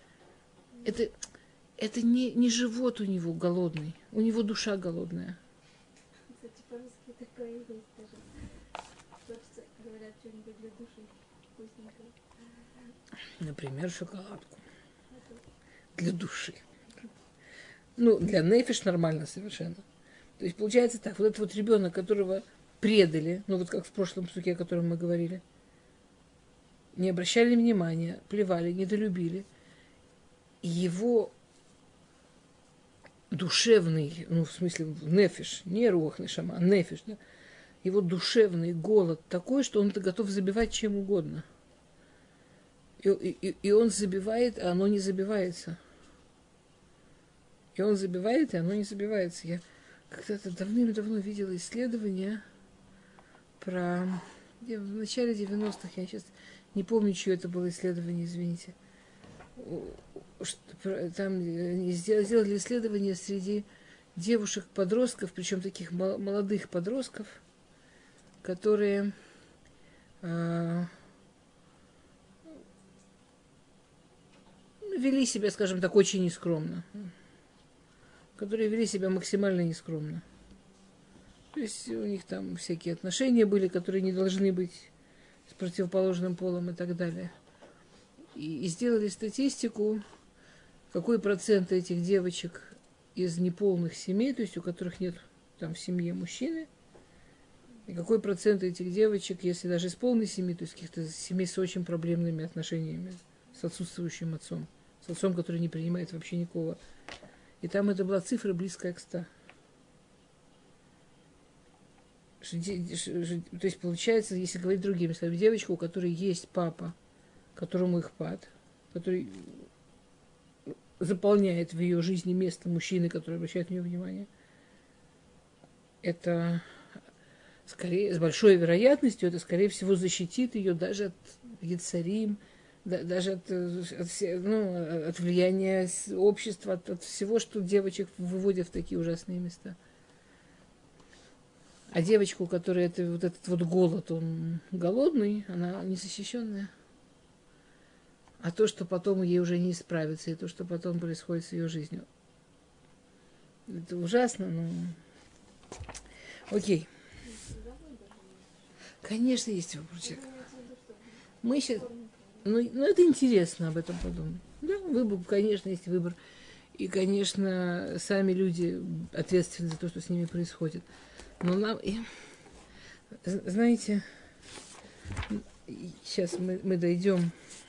Это не живот у него голодный, у него душа голодная. Кстати, по-русски такое есть даже. Хочется, говорят, что-нибудь для души вкусненькое. Например, шоколадку. Для души. Ну, для нефиш нормально совершенно. То есть получается так, вот этот вот ребенок, которого предали, ну вот как в прошлом суке, о котором мы говорили, не обращали внимания, плевали, недолюбили, его душевный, ну в смысле нефиш, не руах нешама, а нефиш, да, его душевный голод такой, что он готов забивать чем угодно. И он забивает, а оно не забивается. И он забивает, и оно не забивается. Я когда-то давным-давно видела исследование про... В начале 90-х, я сейчас не помню, чье это было исследование, извините. Там сделали исследование среди девушек-подростков, причем таких молодых подростков, которые... вели себя, скажем так, очень нескромно. Которые вели себя максимально нескромно. То есть у них там всякие отношения были, которые не должны быть с противоположным полом и так далее. И сделали статистику, какой процент этих девочек из неполных семей, то есть у которых нет там в семье мужчины, и какой процент этих девочек, если даже из полной семьи, то есть каких-то семей с очень проблемными отношениями, с отсутствующим отцом, с отцом, который не принимает вообще никакого. И там это была цифра близкая к 100. То есть получается, если говорить другими словами, девочка, у которой есть папа, которому их пад, который заполняет в ее жизни место мужчины, который обращает на нее внимание, это скорее, с большой вероятностью, это, скорее всего, защитит ее даже от яцарим, даже от влияния общества, от всего, что девочек выводят в такие ужасные места. А девочка, у которой вот этот вот голод, он голодный, она незащищенная. А то, что потом ей уже не справится, и то, что потом происходит с ее жизнью. Это ужасно, но... Окей. Конечно, есть выборчик. Мы сейчас... Ну, это интересно об этом подумать. Да, выбор, конечно, есть выбор. И, конечно, сами люди ответственны за то, что с ними происходит. Но нам... Знаете, сейчас мы дойдем.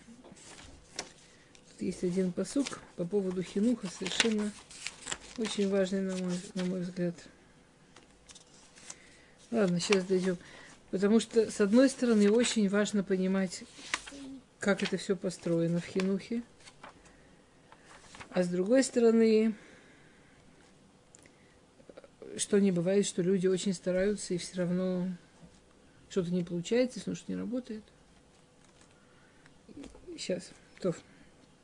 Тут есть один пасук по поводу хинуха, совершенно очень важный, на мой взгляд. Ладно, сейчас дойдем. Потому что, с одной стороны, очень важно понимать, как это все построено в хинухе. А с другой стороны, что не бывает, что люди очень стараются, и все равно что-то не получается, что-то не работает. Сейчас. То.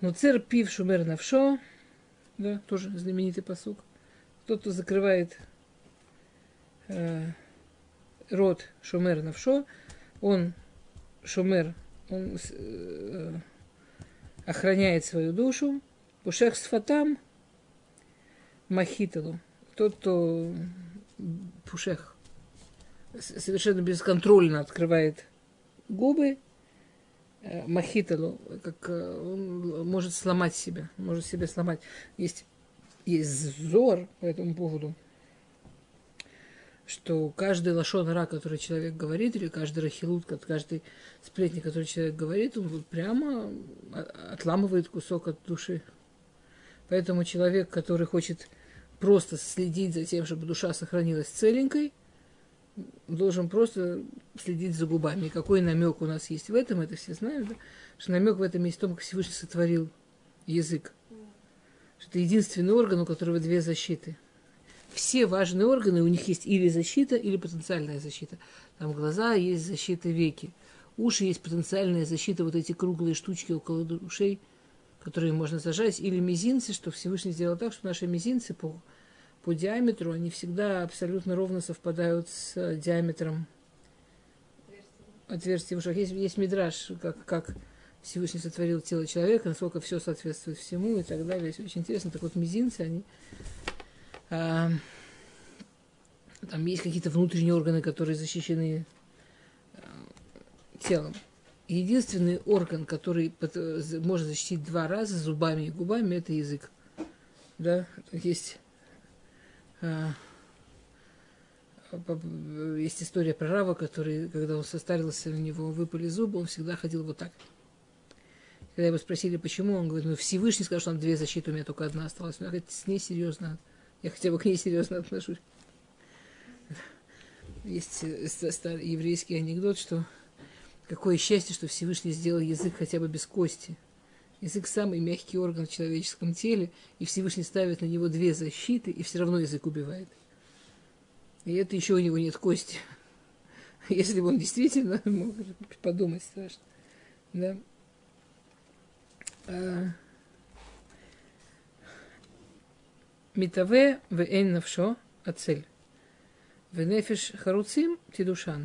Но цер пив шумер навшо, да, тоже знаменитый пасук. Тот, кто закрывает рот шумер навшо, он шумер, он охраняет свою душу. Пушех сфатам махиталу. Тот, кто пушех совершенно бесконтрольно открывает губы, махиталу, как он может сломать себя, может себя сломать. Есть зор по этому поводу, что каждый лашон ра, который человек говорит, или каждый рахилут, каждый сплетник, который человек говорит, он вот прямо отламывает кусок от души. Поэтому человек, который хочет просто следить за тем, чтобы душа сохранилась целенькой, должен просто следить за губами. И какой намек у нас есть в этом, это все знают, да? Что намек в этом есть в том, как Всевышний сотворил язык. Что это единственный орган, у которого две защиты. Все важные органы, у них есть или защита, или потенциальная защита. Там глаза есть защита веки. Уши есть потенциальная защита, вот эти круглые штучки около ушей, которые можно зажать, или мизинцы, что Всевышний сделал так, что наши мизинцы по диаметру, они всегда абсолютно ровно совпадают с диаметром отверстия в ушах. Есть мидраш, как Всевышний сотворил тело человека, насколько все соответствует всему и так далее. Все очень интересно. Так вот, мизинцы, они... там есть какие-то внутренние органы, которые защищены телом. Единственный орган, который может защитить два раза зубами и губами, это язык. Да, есть история про Рава, который, когда он состарился, у него выпали зубы, он всегда ходил вот так. Когда его спросили, почему, он говорит, Всевышний сказал, что там две защиты, у меня только одна осталась. Он говорит, с ней серьезно, я хотя бы к ней серьезно отношусь. Есть еврейский анекдот, что какое счастье, что Всевышний сделал язык хотя бы без кости. Язык самый мягкий орган в человеческом теле, и Всевышний ставит на него две защиты, и все равно язык убивает. И это еще у него нет кости. Если бы он действительно мог подумать страшно. Да. Митаве вэйн навшо ацель. Венефиш харуцим тидушан.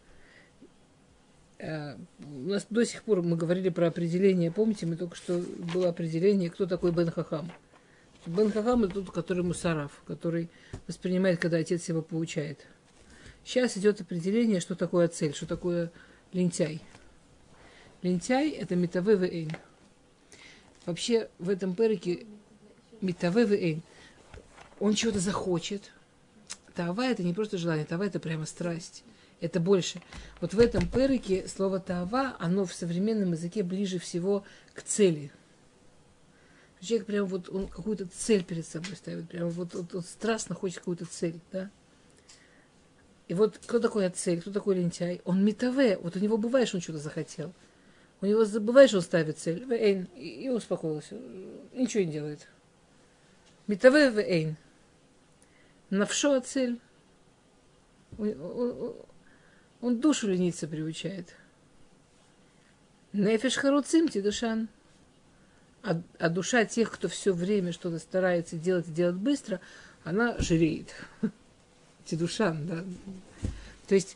У нас до сих пор мы говорили про определение, помните, мы только что было определение, кто такой Бен Хахам. Бен Хахам это тот, который мусарав, который воспринимает, когда отец его поучает. Сейчас идет определение, что такое ацель, что такое лентяй. Лентяй это митаве вэйн. Вообще в этом перике митаве вэйн. Он чего-то захочет. Таава это не просто желание, таава это прямо страсть. Это больше. Вот в этом перике слово таава, оно в современном языке ближе всего к цели. Человек прям вот он какую-то цель перед собой ставит, прям вот страстно хочет какую-то цель, да. И вот кто такой цель, кто такой лентяй? Он митаве. Вот у него бывает, что он что-то захотел. У него бывает, что он ставит цель, вэйн, и успокоился, и ничего не делает. Митаве вэйн. Навшо цель. Он душу лениться приучает. Нефеш харуцим тидушан. А душа тех, кто все время что-то старается делать и делать быстро, она жиреет. Тидушан, да. То есть,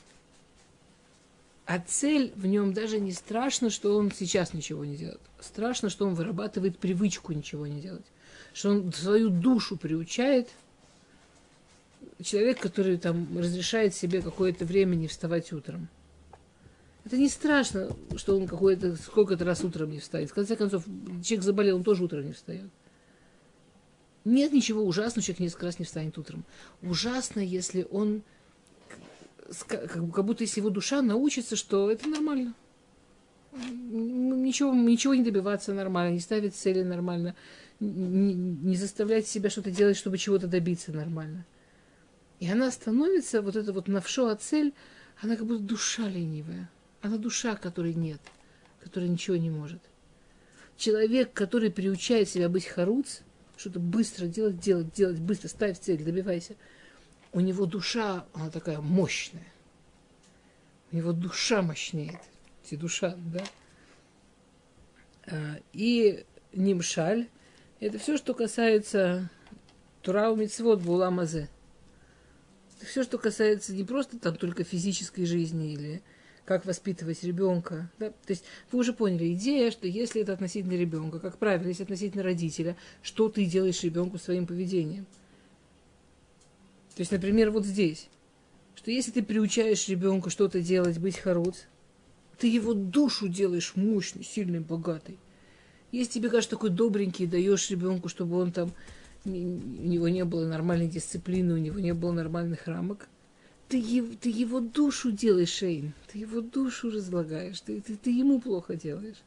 а цель в нем даже не страшно, что он сейчас ничего не делает. Страшно, что он вырабатывает привычку ничего не делать. Что он свою душу приучает. Человек, который там разрешает себе какое-то время не вставать утром. Это не страшно, что он сколько-то раз утром не встанет. В конце концов, человек заболел, он тоже утром не встает. Нет ничего ужасного, человек несколько раз не встанет утром. Ужасно, если он, как будто если его душа научится, что это нормально. Ничего не добиваться нормально, не ставить цели нормально, не заставлять себя что-то делать, чтобы чего-то добиться нормально. И она становится, вот эта вот навшо ацель, она как будто душа ленивая. Она душа, которой нет, которая ничего не может. Человек, который приучает себя быть харуц, что-то быстро делать, быстро ставь цель, добивайся. У него душа, она такая мощная. У него душа мощнеет. Душа, да? И нимшаль – это все, что касается Тура у мицвот булам азе. Это все, что касается не просто там только физической жизни или как воспитывать ребенка. Да? То есть вы уже поняли, идея, что если это относительно ребенка, как правило, если относительно родителя, что ты делаешь ребенку своим поведением. То есть, например, вот здесь, что если ты приучаешь ребенка что-то делать, быть харуц, ты его душу делаешь мощной, сильной, богатой. Если тебе кажется такой добренький, даешь ребенку, чтобы он там, у него не было нормальной дисциплины, у него не было нормальных рамок, ты его душу делаешь, Шейн. Ты его душу разлагаешь. Ты ему плохо делаешь.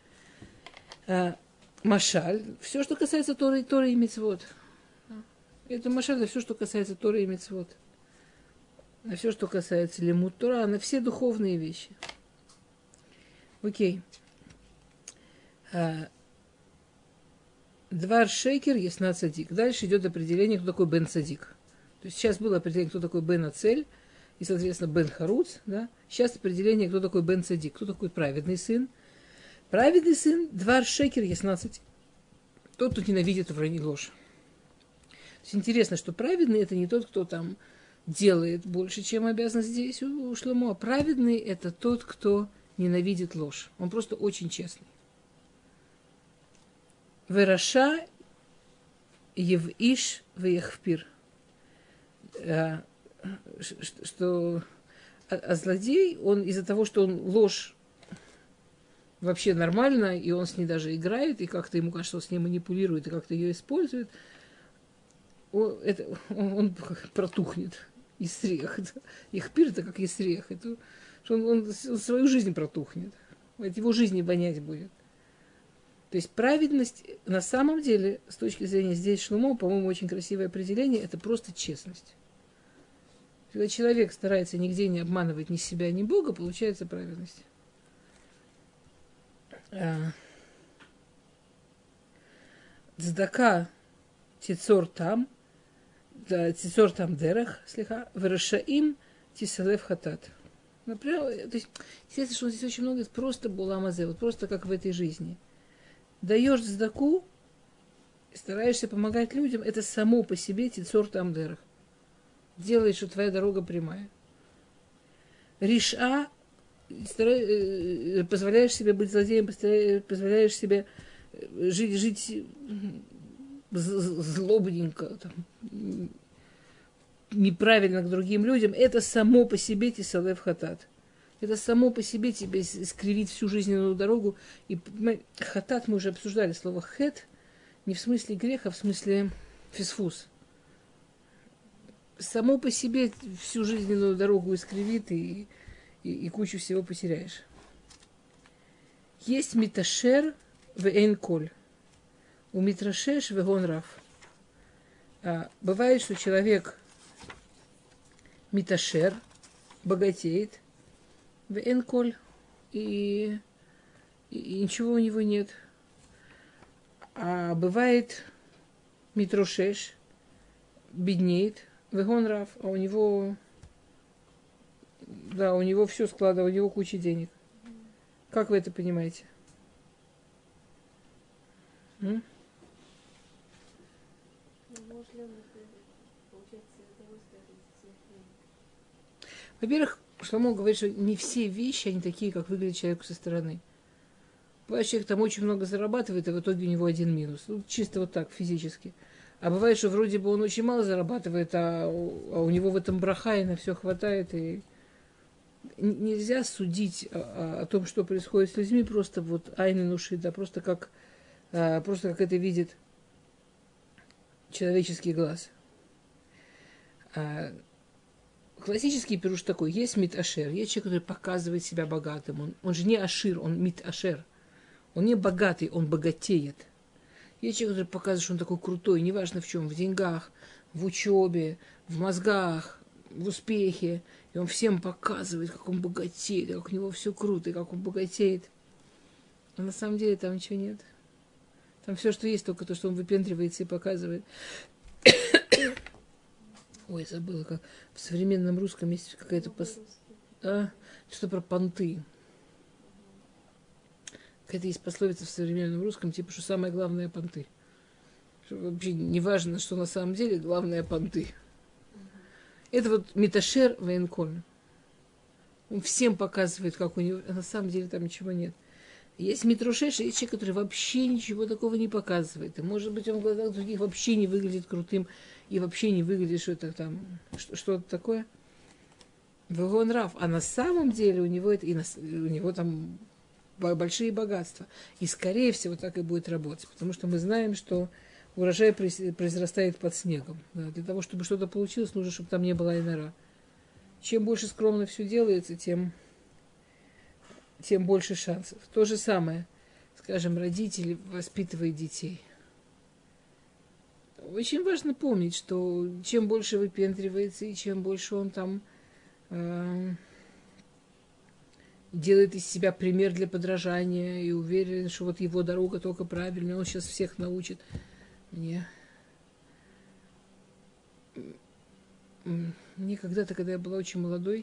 Машаль. Все, что касается Торы и мицвот. Это машаль, все, что касается Торы и мицвот. А все, что касается лимут Тора, на все духовные вещи. Окей. Двар шейкер ясна цадик. Дальше идет определение, кто такой бен цадик. То есть сейчас было определение, кто такой бен ацель, и, соответственно, бен харуц. Да? Сейчас определение, кто такой бен цадик, кто такой праведный сын. Праведный сын, двар шекер ясна цадик. Тот, кто ненавидит вранье и ложь. То есть интересно, что праведный – это не тот, кто там делает больше, чем обязан здесь у Шломо. А праведный – это тот, кто ненавидит ложь. Он просто очень честный. Вераша евиш веяхпир. Что злодей, он из-за того, что он ложь вообще нормально, и он с ней даже играет, и как-то ему кажется, он с ней манипулирует, и как-то ее использует, он протухнет. Исрех. Ихпир это как исрех. Это, что он свою жизнь протухнет. От его жизни вонять будет. То есть праведность на самом деле, с точки зрения здесь Шломо, по-моему, очень красивое определение, это просто честность. Когда человек старается нигде не обманывать ни себя, ни Бога, получается праведность. Цдака тицор там дерах, слиха, вырашаим тисалев хатат. Например, то есть, естественно, что здесь очень много просто буламазе, вот просто как в этой жизни. Даешь цдаку, стараешься помогать людям, это само по себе тицор там дерах. Делает, что твоя дорога прямая. Риша, позволяешь себе быть злодеем, позволяешь себе жить злобненько, там, неправильно к другим людям, это само по себе тисалев хатат. Это само по себе тебе искривит всю жизненную дорогу. И хатат, мы уже обсуждали слово хет, не в смысле греха, а в смысле фисфус. Само по себе всю жизненную дорогу искривит и кучу всего потеряешь. Есть миташер вэйн коль. У митрашеш вэгон раф. Бывает, что человек миташер богатеет вэйн коль, и ничего у него нет. А бывает митрошеш беднеет вэгон раф, а у него все складывает, у него куча денег. Как вы это понимаете? Во-первых, Шломо говорит, что не все вещи, они такие, как выглядит человеку со стороны. Бывает, человек там очень много зарабатывает, и в итоге у него один минус. Ну, чисто вот так, физически. А бывает, что вроде бы он очень мало зарабатывает, а у него в этом браха и на все хватает. И нельзя судить о том, что происходит с людьми, просто вот айны нуши, да, просто как это видит человеческий глаз. Классический пируш такой: есть мит-ашер, есть человек, который показывает себя богатым. Он же не ашир, он мит-ашер. Он не богатый, он богатеет. Есть человек, который показывает, что он такой крутой, неважно в чем, в деньгах, в учебе, в мозгах, в успехе. И он всем показывает, как он богатеет, как у него все круто, и как он богатеет. А на самом деле там ничего нет. Там все, что есть, только то, что он выпендривается и показывает. Ой, забыла, как в современном русском есть какая-то... что про понты. какая-то есть пословица в современном русском, типа, что самое главное – понты. Что вообще не важно, что на самом деле, главное – понты. Это вот Миташер Вейнкольн. Он всем показывает, как у него, а на самом деле там ничего нет. Есть Митрушеш, есть человек, который вообще ничего такого не показывает. И, может быть, он в глазах других вообще не выглядит крутым и вообще не выглядит, что это там, что-то такое. В его нрав. А на самом деле у него, это, у него там большие богатства. И, скорее всего, так и будет работать. Потому что мы знаем, что урожай произрастает под снегом. Да, для того, чтобы что-то получилось, нужно, чтобы там не было айнера. Чем больше скромно все делается, тем больше шансов. То же самое, скажем, родители воспитывают детей. Очень важно помнить, что чем больше выпендривается, и чем больше он там делает из себя пример для подражания, и уверен, что вот его дорога только правильная, он сейчас всех научит. Мне когда-то, когда я была очень молодой,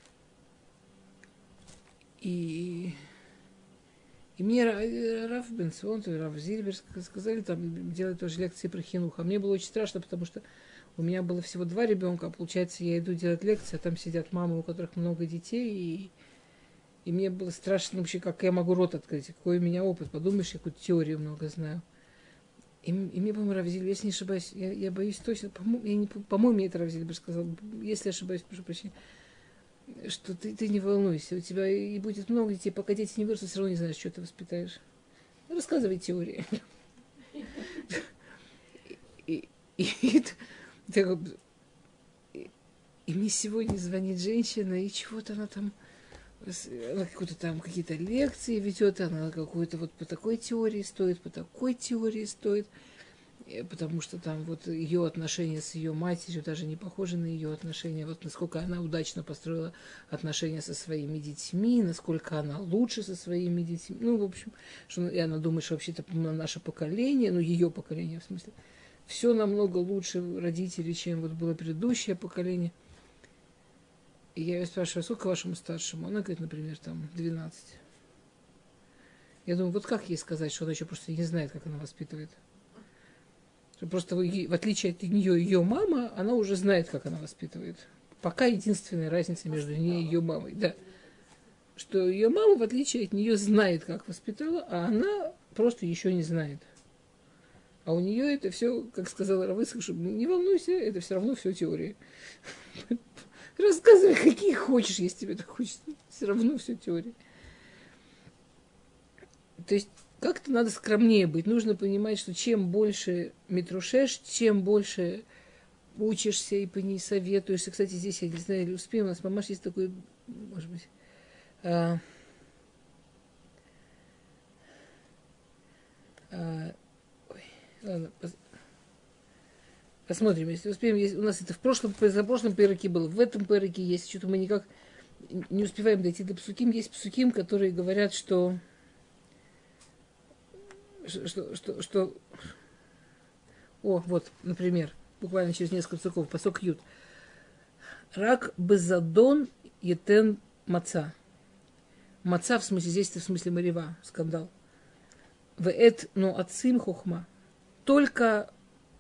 и мне Раф Бенцион, Раф Зильбер сказали там делать тоже лекции про хинух. А мне было очень страшно, потому что у меня было всего 2 ребенка, а получается, я иду делать лекции, а там сидят мамы, у которых много детей, и мне было страшно вообще, как я могу рот открыть, какой у меня опыт. Подумаешь, я какую-то теорию много знаю. И мне, по-моему, Раф Зильбер, если не ошибаюсь, я боюсь точно, по-моему, мне это Раф Зильбер сказал, если ошибаюсь, прошу прощения, что ты не волнуйся, у тебя и будет много детей, пока дети не вырастут, все равно не знаешь, что ты воспитаешь. Рассказывай теории. И мне сегодня звонит женщина, и чего-то она там, она какие-то лекции ведет, она какую-то вот по такой теории стоит, по такой теории стоит. Потому что там вот ее отношения с ее матерью даже не похожи на ее отношения. Вот насколько она удачно построила отношения со своими детьми, насколько она лучше со своими детьми. Ну, в общем, что, и она думает, что вообще-то наше поколение, ну, ее поколение, в смысле, все намного лучше родителей, чем вот было предыдущее поколение. И я ее спрашиваю, сколько вашему старшему? Она говорит, например, там 12. Я думаю, вот как ей сказать, что она еще просто не знает, как она воспитывает? Просто в отличие от нее, ее мама, она уже знает, как она воспитывает. Пока единственная разница между ней и ее мамой, да. Что ее мама, в отличие от нее, знает, как воспитала, а она просто еще не знает. А у нее это все, как сказала Равыцкак, что не волнуйся, это все равно все теория. Рассказывай, какие хочешь, если тебе так хочется. Все равно все теория. То есть как-то надо скромнее быть. Нужно понимать, что чем больше митрушеш, чем больше учишься и по ней советуешься. Кстати, здесь, я не знаю, или успеем, у нас мамаш есть такой, может быть, ладно, посмотрим, если успеем. Есть, у нас это в прошлом переке было, в этом переке есть, что-то мы никак не успеваем дойти до псуким. Есть псуким, которые говорят, что вот, например, буквально через несколько циков, пасок ют. Рак безадон етен маца. Маца, в смысле, здесь в смысле марева, скандал. Вэт, но ацим хохма. Только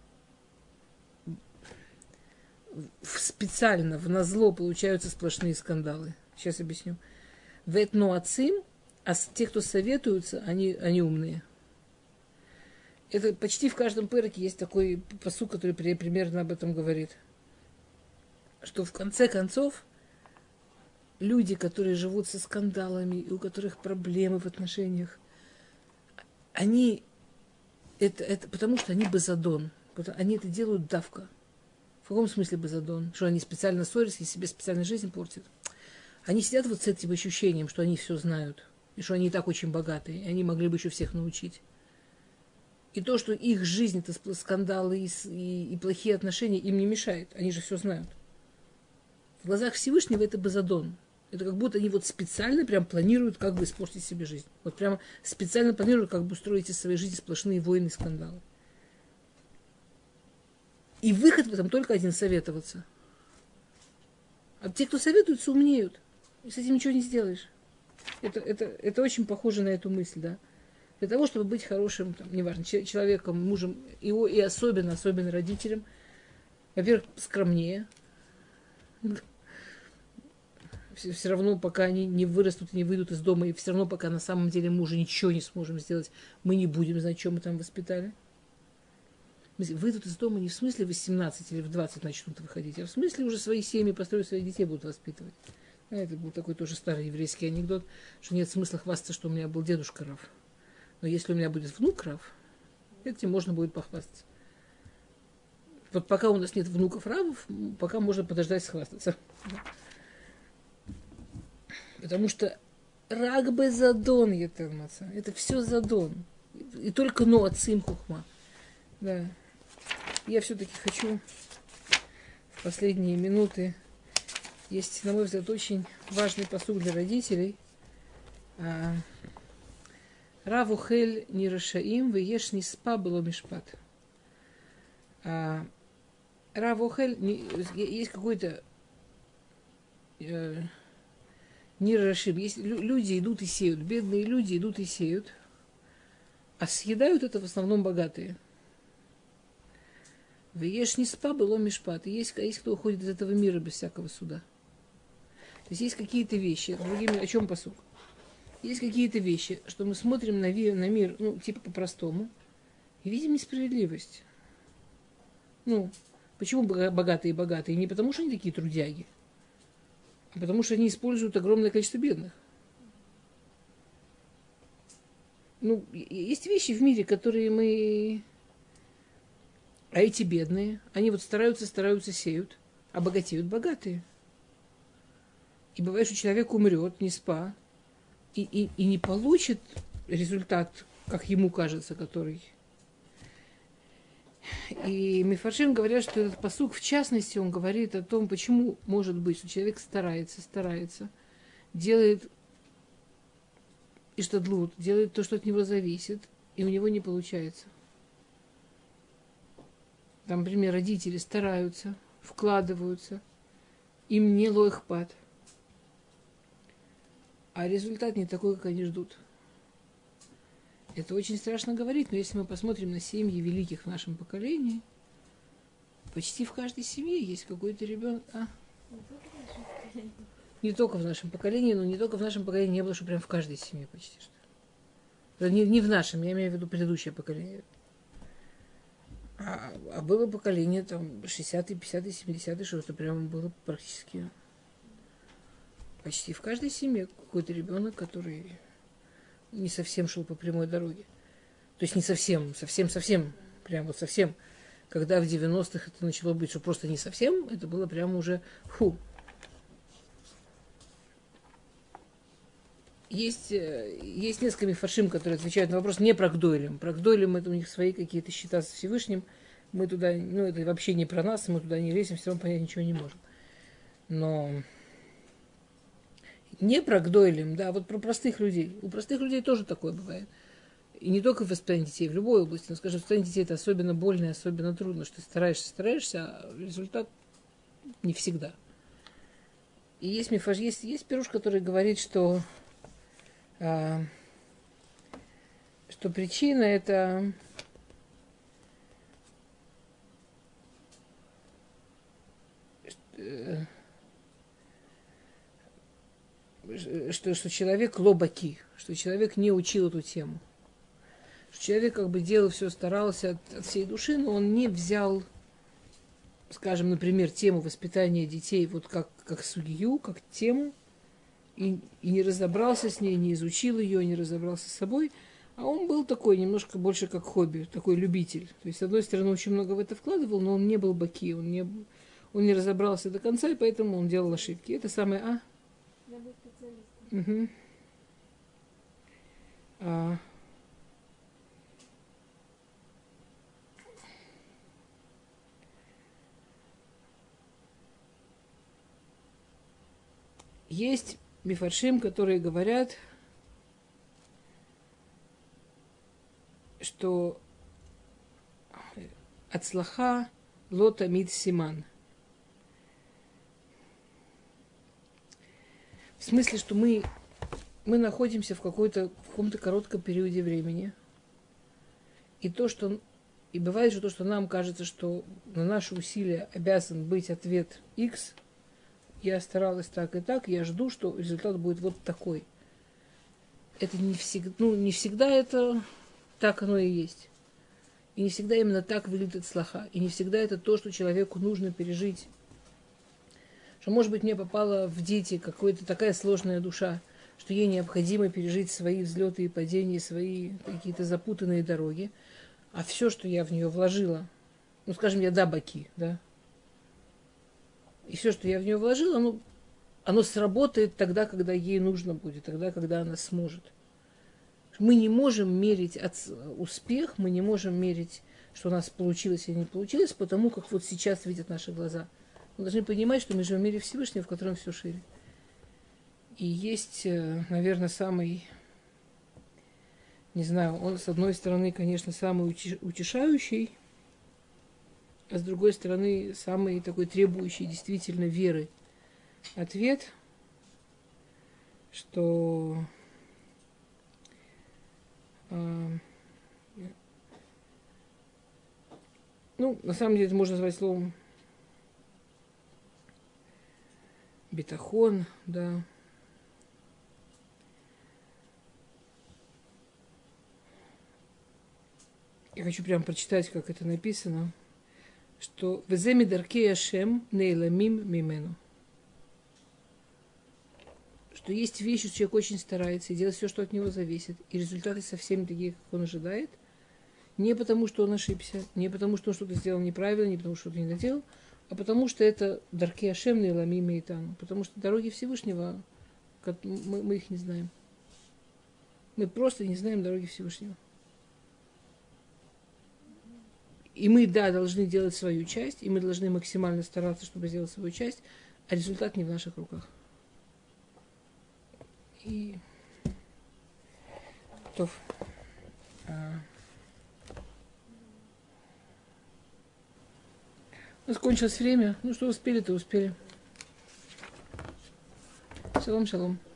специально, в назло получаются сплошные скандалы. Сейчас объясню. Вэт, но ацим, а те, кто советуются, они умные. Это почти в каждом переке есть такой пасук, который примерно об этом говорит. Что в конце концов люди, которые живут со скандалами, и у которых проблемы в отношениях, они это потому что они базадон. Они это делают давка. В каком смысле базадон? Что они специально ссорятся и себе специально жизнь портят? Они сидят вот с этим ощущением, что они все знают, и что они и так очень богатые, и они могли бы еще всех научить. И то, что их жизнь, это скандалы и плохие отношения, им не мешает. Они же все знают. В глазах Всевышнего это базадон. Это как будто они вот специально прям планируют, как бы испортить себе жизнь. Вот прямо специально планируют, как бы устроить из своей жизни сплошные войны и скандалы. И выход в этом только один – советоваться. А те, кто советуются, умнеют. И с этим ничего не сделаешь. Это очень похоже на эту мысль, да. Для того, чтобы быть хорошим, там, неважно, человеком, мужем, и особенно родителям, во-первых, скромнее. Все равно, пока они не вырастут, не выйдут из дома, и все равно, пока на самом деле мы уже ничего не сможем сделать, мы не будем знать, что мы там воспитали. Выйдут из дома не в смысле в 18 или в 20 начнут выходить, а в смысле уже свои семьи построят, своих детей будут воспитывать. Это был такой тоже старый еврейский анекдот, что нет смысла хвастаться, что у меня был дедушка Рав. Но если у меня будет внук Рав, этим можно будет похвастаться. Вот пока у нас нет внуков Равов, пока можно подождать схвастаться. Потому что рагбе задон етелмаца. Это все задон. И только но ацим хухма. Да. Я все-таки хочу в последние минуты. Есть, на мой взгляд, очень важный посуд для родителей. Рав ухель не рашаим, вееш не спа было мишпат. Рав ухель, есть какой-то не рашим. Есть люди идут и сеют, бедные люди идут и сеют, а съедают это в основном богатые. Вееш не спа было мишпат. Есть кто уходит из этого мира без всякого суда. То есть какие-то вещи, другими, о чем посуд? Есть какие-то вещи, что мы смотрим на мир, ну, типа по-простому, и видим несправедливость. Ну, почему богатые богатые? Не потому, что они такие трудяги, а потому, что они используют огромное количество бедных. Ну, есть вещи в мире, которые мы... А эти бедные, они вот стараются, сеют, а богатеют богатые. И бывает, что человек умрет, не спа, и не получит результат, как ему кажется, который... И мифаршим говорят, что этот пасук, в частности, он говорит о том, почему может быть, что человек старается, делает иштадлут, делает то, что от него зависит, и у него не получается. Там, например, родители стараются, вкладываются, им не лоихпат, а результат не такой, как они ждут. Это очень страшно говорить, но если мы посмотрим на семьи великих в нашем поколении, почти в каждой семье есть какой-то ребенок. Не только в нашем поколении, но не только в нашем поколении не было, что прям в каждой семье почти что. Не в нашем, я имею в виду предыдущее поколение. А было поколение там 60-е, 50-е, 70-е, что это прямо было практически почти в каждой семье какой-то ребенок, который не совсем шел по прямой дороге. То есть не совсем, прям вот совсем. Когда в 90-х это начало быть, что просто не совсем, это было прямо уже Есть несколько мифаршим, которые отвечают на вопрос не про Гдойлем. Про Гдойлем это у них свои какие-то счета со Всевышним. Мы туда, это вообще не про нас, мы туда не лезем, все равно понять ничего не можем. Но не про Гдойлем, да, вот про простых людей. У простых людей тоже такое бывает. И не только в воспитании детей, в любой области. Но, скажем, воспитание детей это особенно больно и особенно трудно, что ты стараешься, а результат не всегда. И есть мифаж, есть пируш, который говорит, что причина это что человек лобаки, что человек не учил эту тему. Что человек как бы делал все, старался от всей души, но он не взял, скажем, например, тему воспитания детей вот как сугию, как тему, и не разобрался с ней, не изучил ее, не разобрался с собой, а он был такой немножко больше как хобби, такой любитель. То есть, с одной стороны, очень много в это вкладывал, но он не был баки, он не разобрался до конца, и поэтому он делал ошибки. Это самое Угу. Есть мифаршим, которые говорят, что ацлаха лота мид симан. В смысле, что мы мы находимся в каком-то коротком периоде времени. И и бывает же то, что нам кажется, что на наши усилия обязан быть ответ X. Я старалась так и так, я жду, что результат будет вот такой. Это не всегда, не всегда это так оно и есть. И не всегда именно так выглядит слаха. И не всегда это то, что человеку нужно пережить. Что, может быть, мне попала в дети какая-то такая сложная душа, что ей необходимо пережить свои взлеты и падения, свои какие-то запутанные дороги. А все, что я в нее вложила, скажем, я баки, да, и все, что я в нее вложила, оно сработает тогда, когда ей нужно будет, тогда, когда она сможет. Мы не можем мерить успех, мы не можем мерить, что у нас получилось или не получилось, потому как вот сейчас видят наши глаза. Мы должны понимать, что мы живем в мире Всевышнего, в котором все шире. И есть, наверное, самый, не знаю, он, с одной стороны, конечно, самый утешающий, а с другой стороны, самый такой требующий действительно веры ответ, что на самом деле это можно назвать словом битахон, да. Я хочу прямо прочитать, как это написано, что «Веземи даркей Ашем нейламим мимену». Что есть вещи, что человек очень старается и делает все, что от него зависит, и результаты совсем такие, как он ожидает, не потому, что он ошибся, не потому, что он что-то сделал неправильно, не потому, что что-то не доделал, а потому, что это даркей Ашем нейламим мейтану, потому что дороги Всевышнего, мы их не знаем. Мы просто не знаем дороги Всевышнего. И мы, должны делать свою часть, и мы должны максимально стараться, чтобы сделать свою часть, а результат не в наших руках. И... Готов. У нас кончилось время. Что успели, то успели. Шалом, шалом.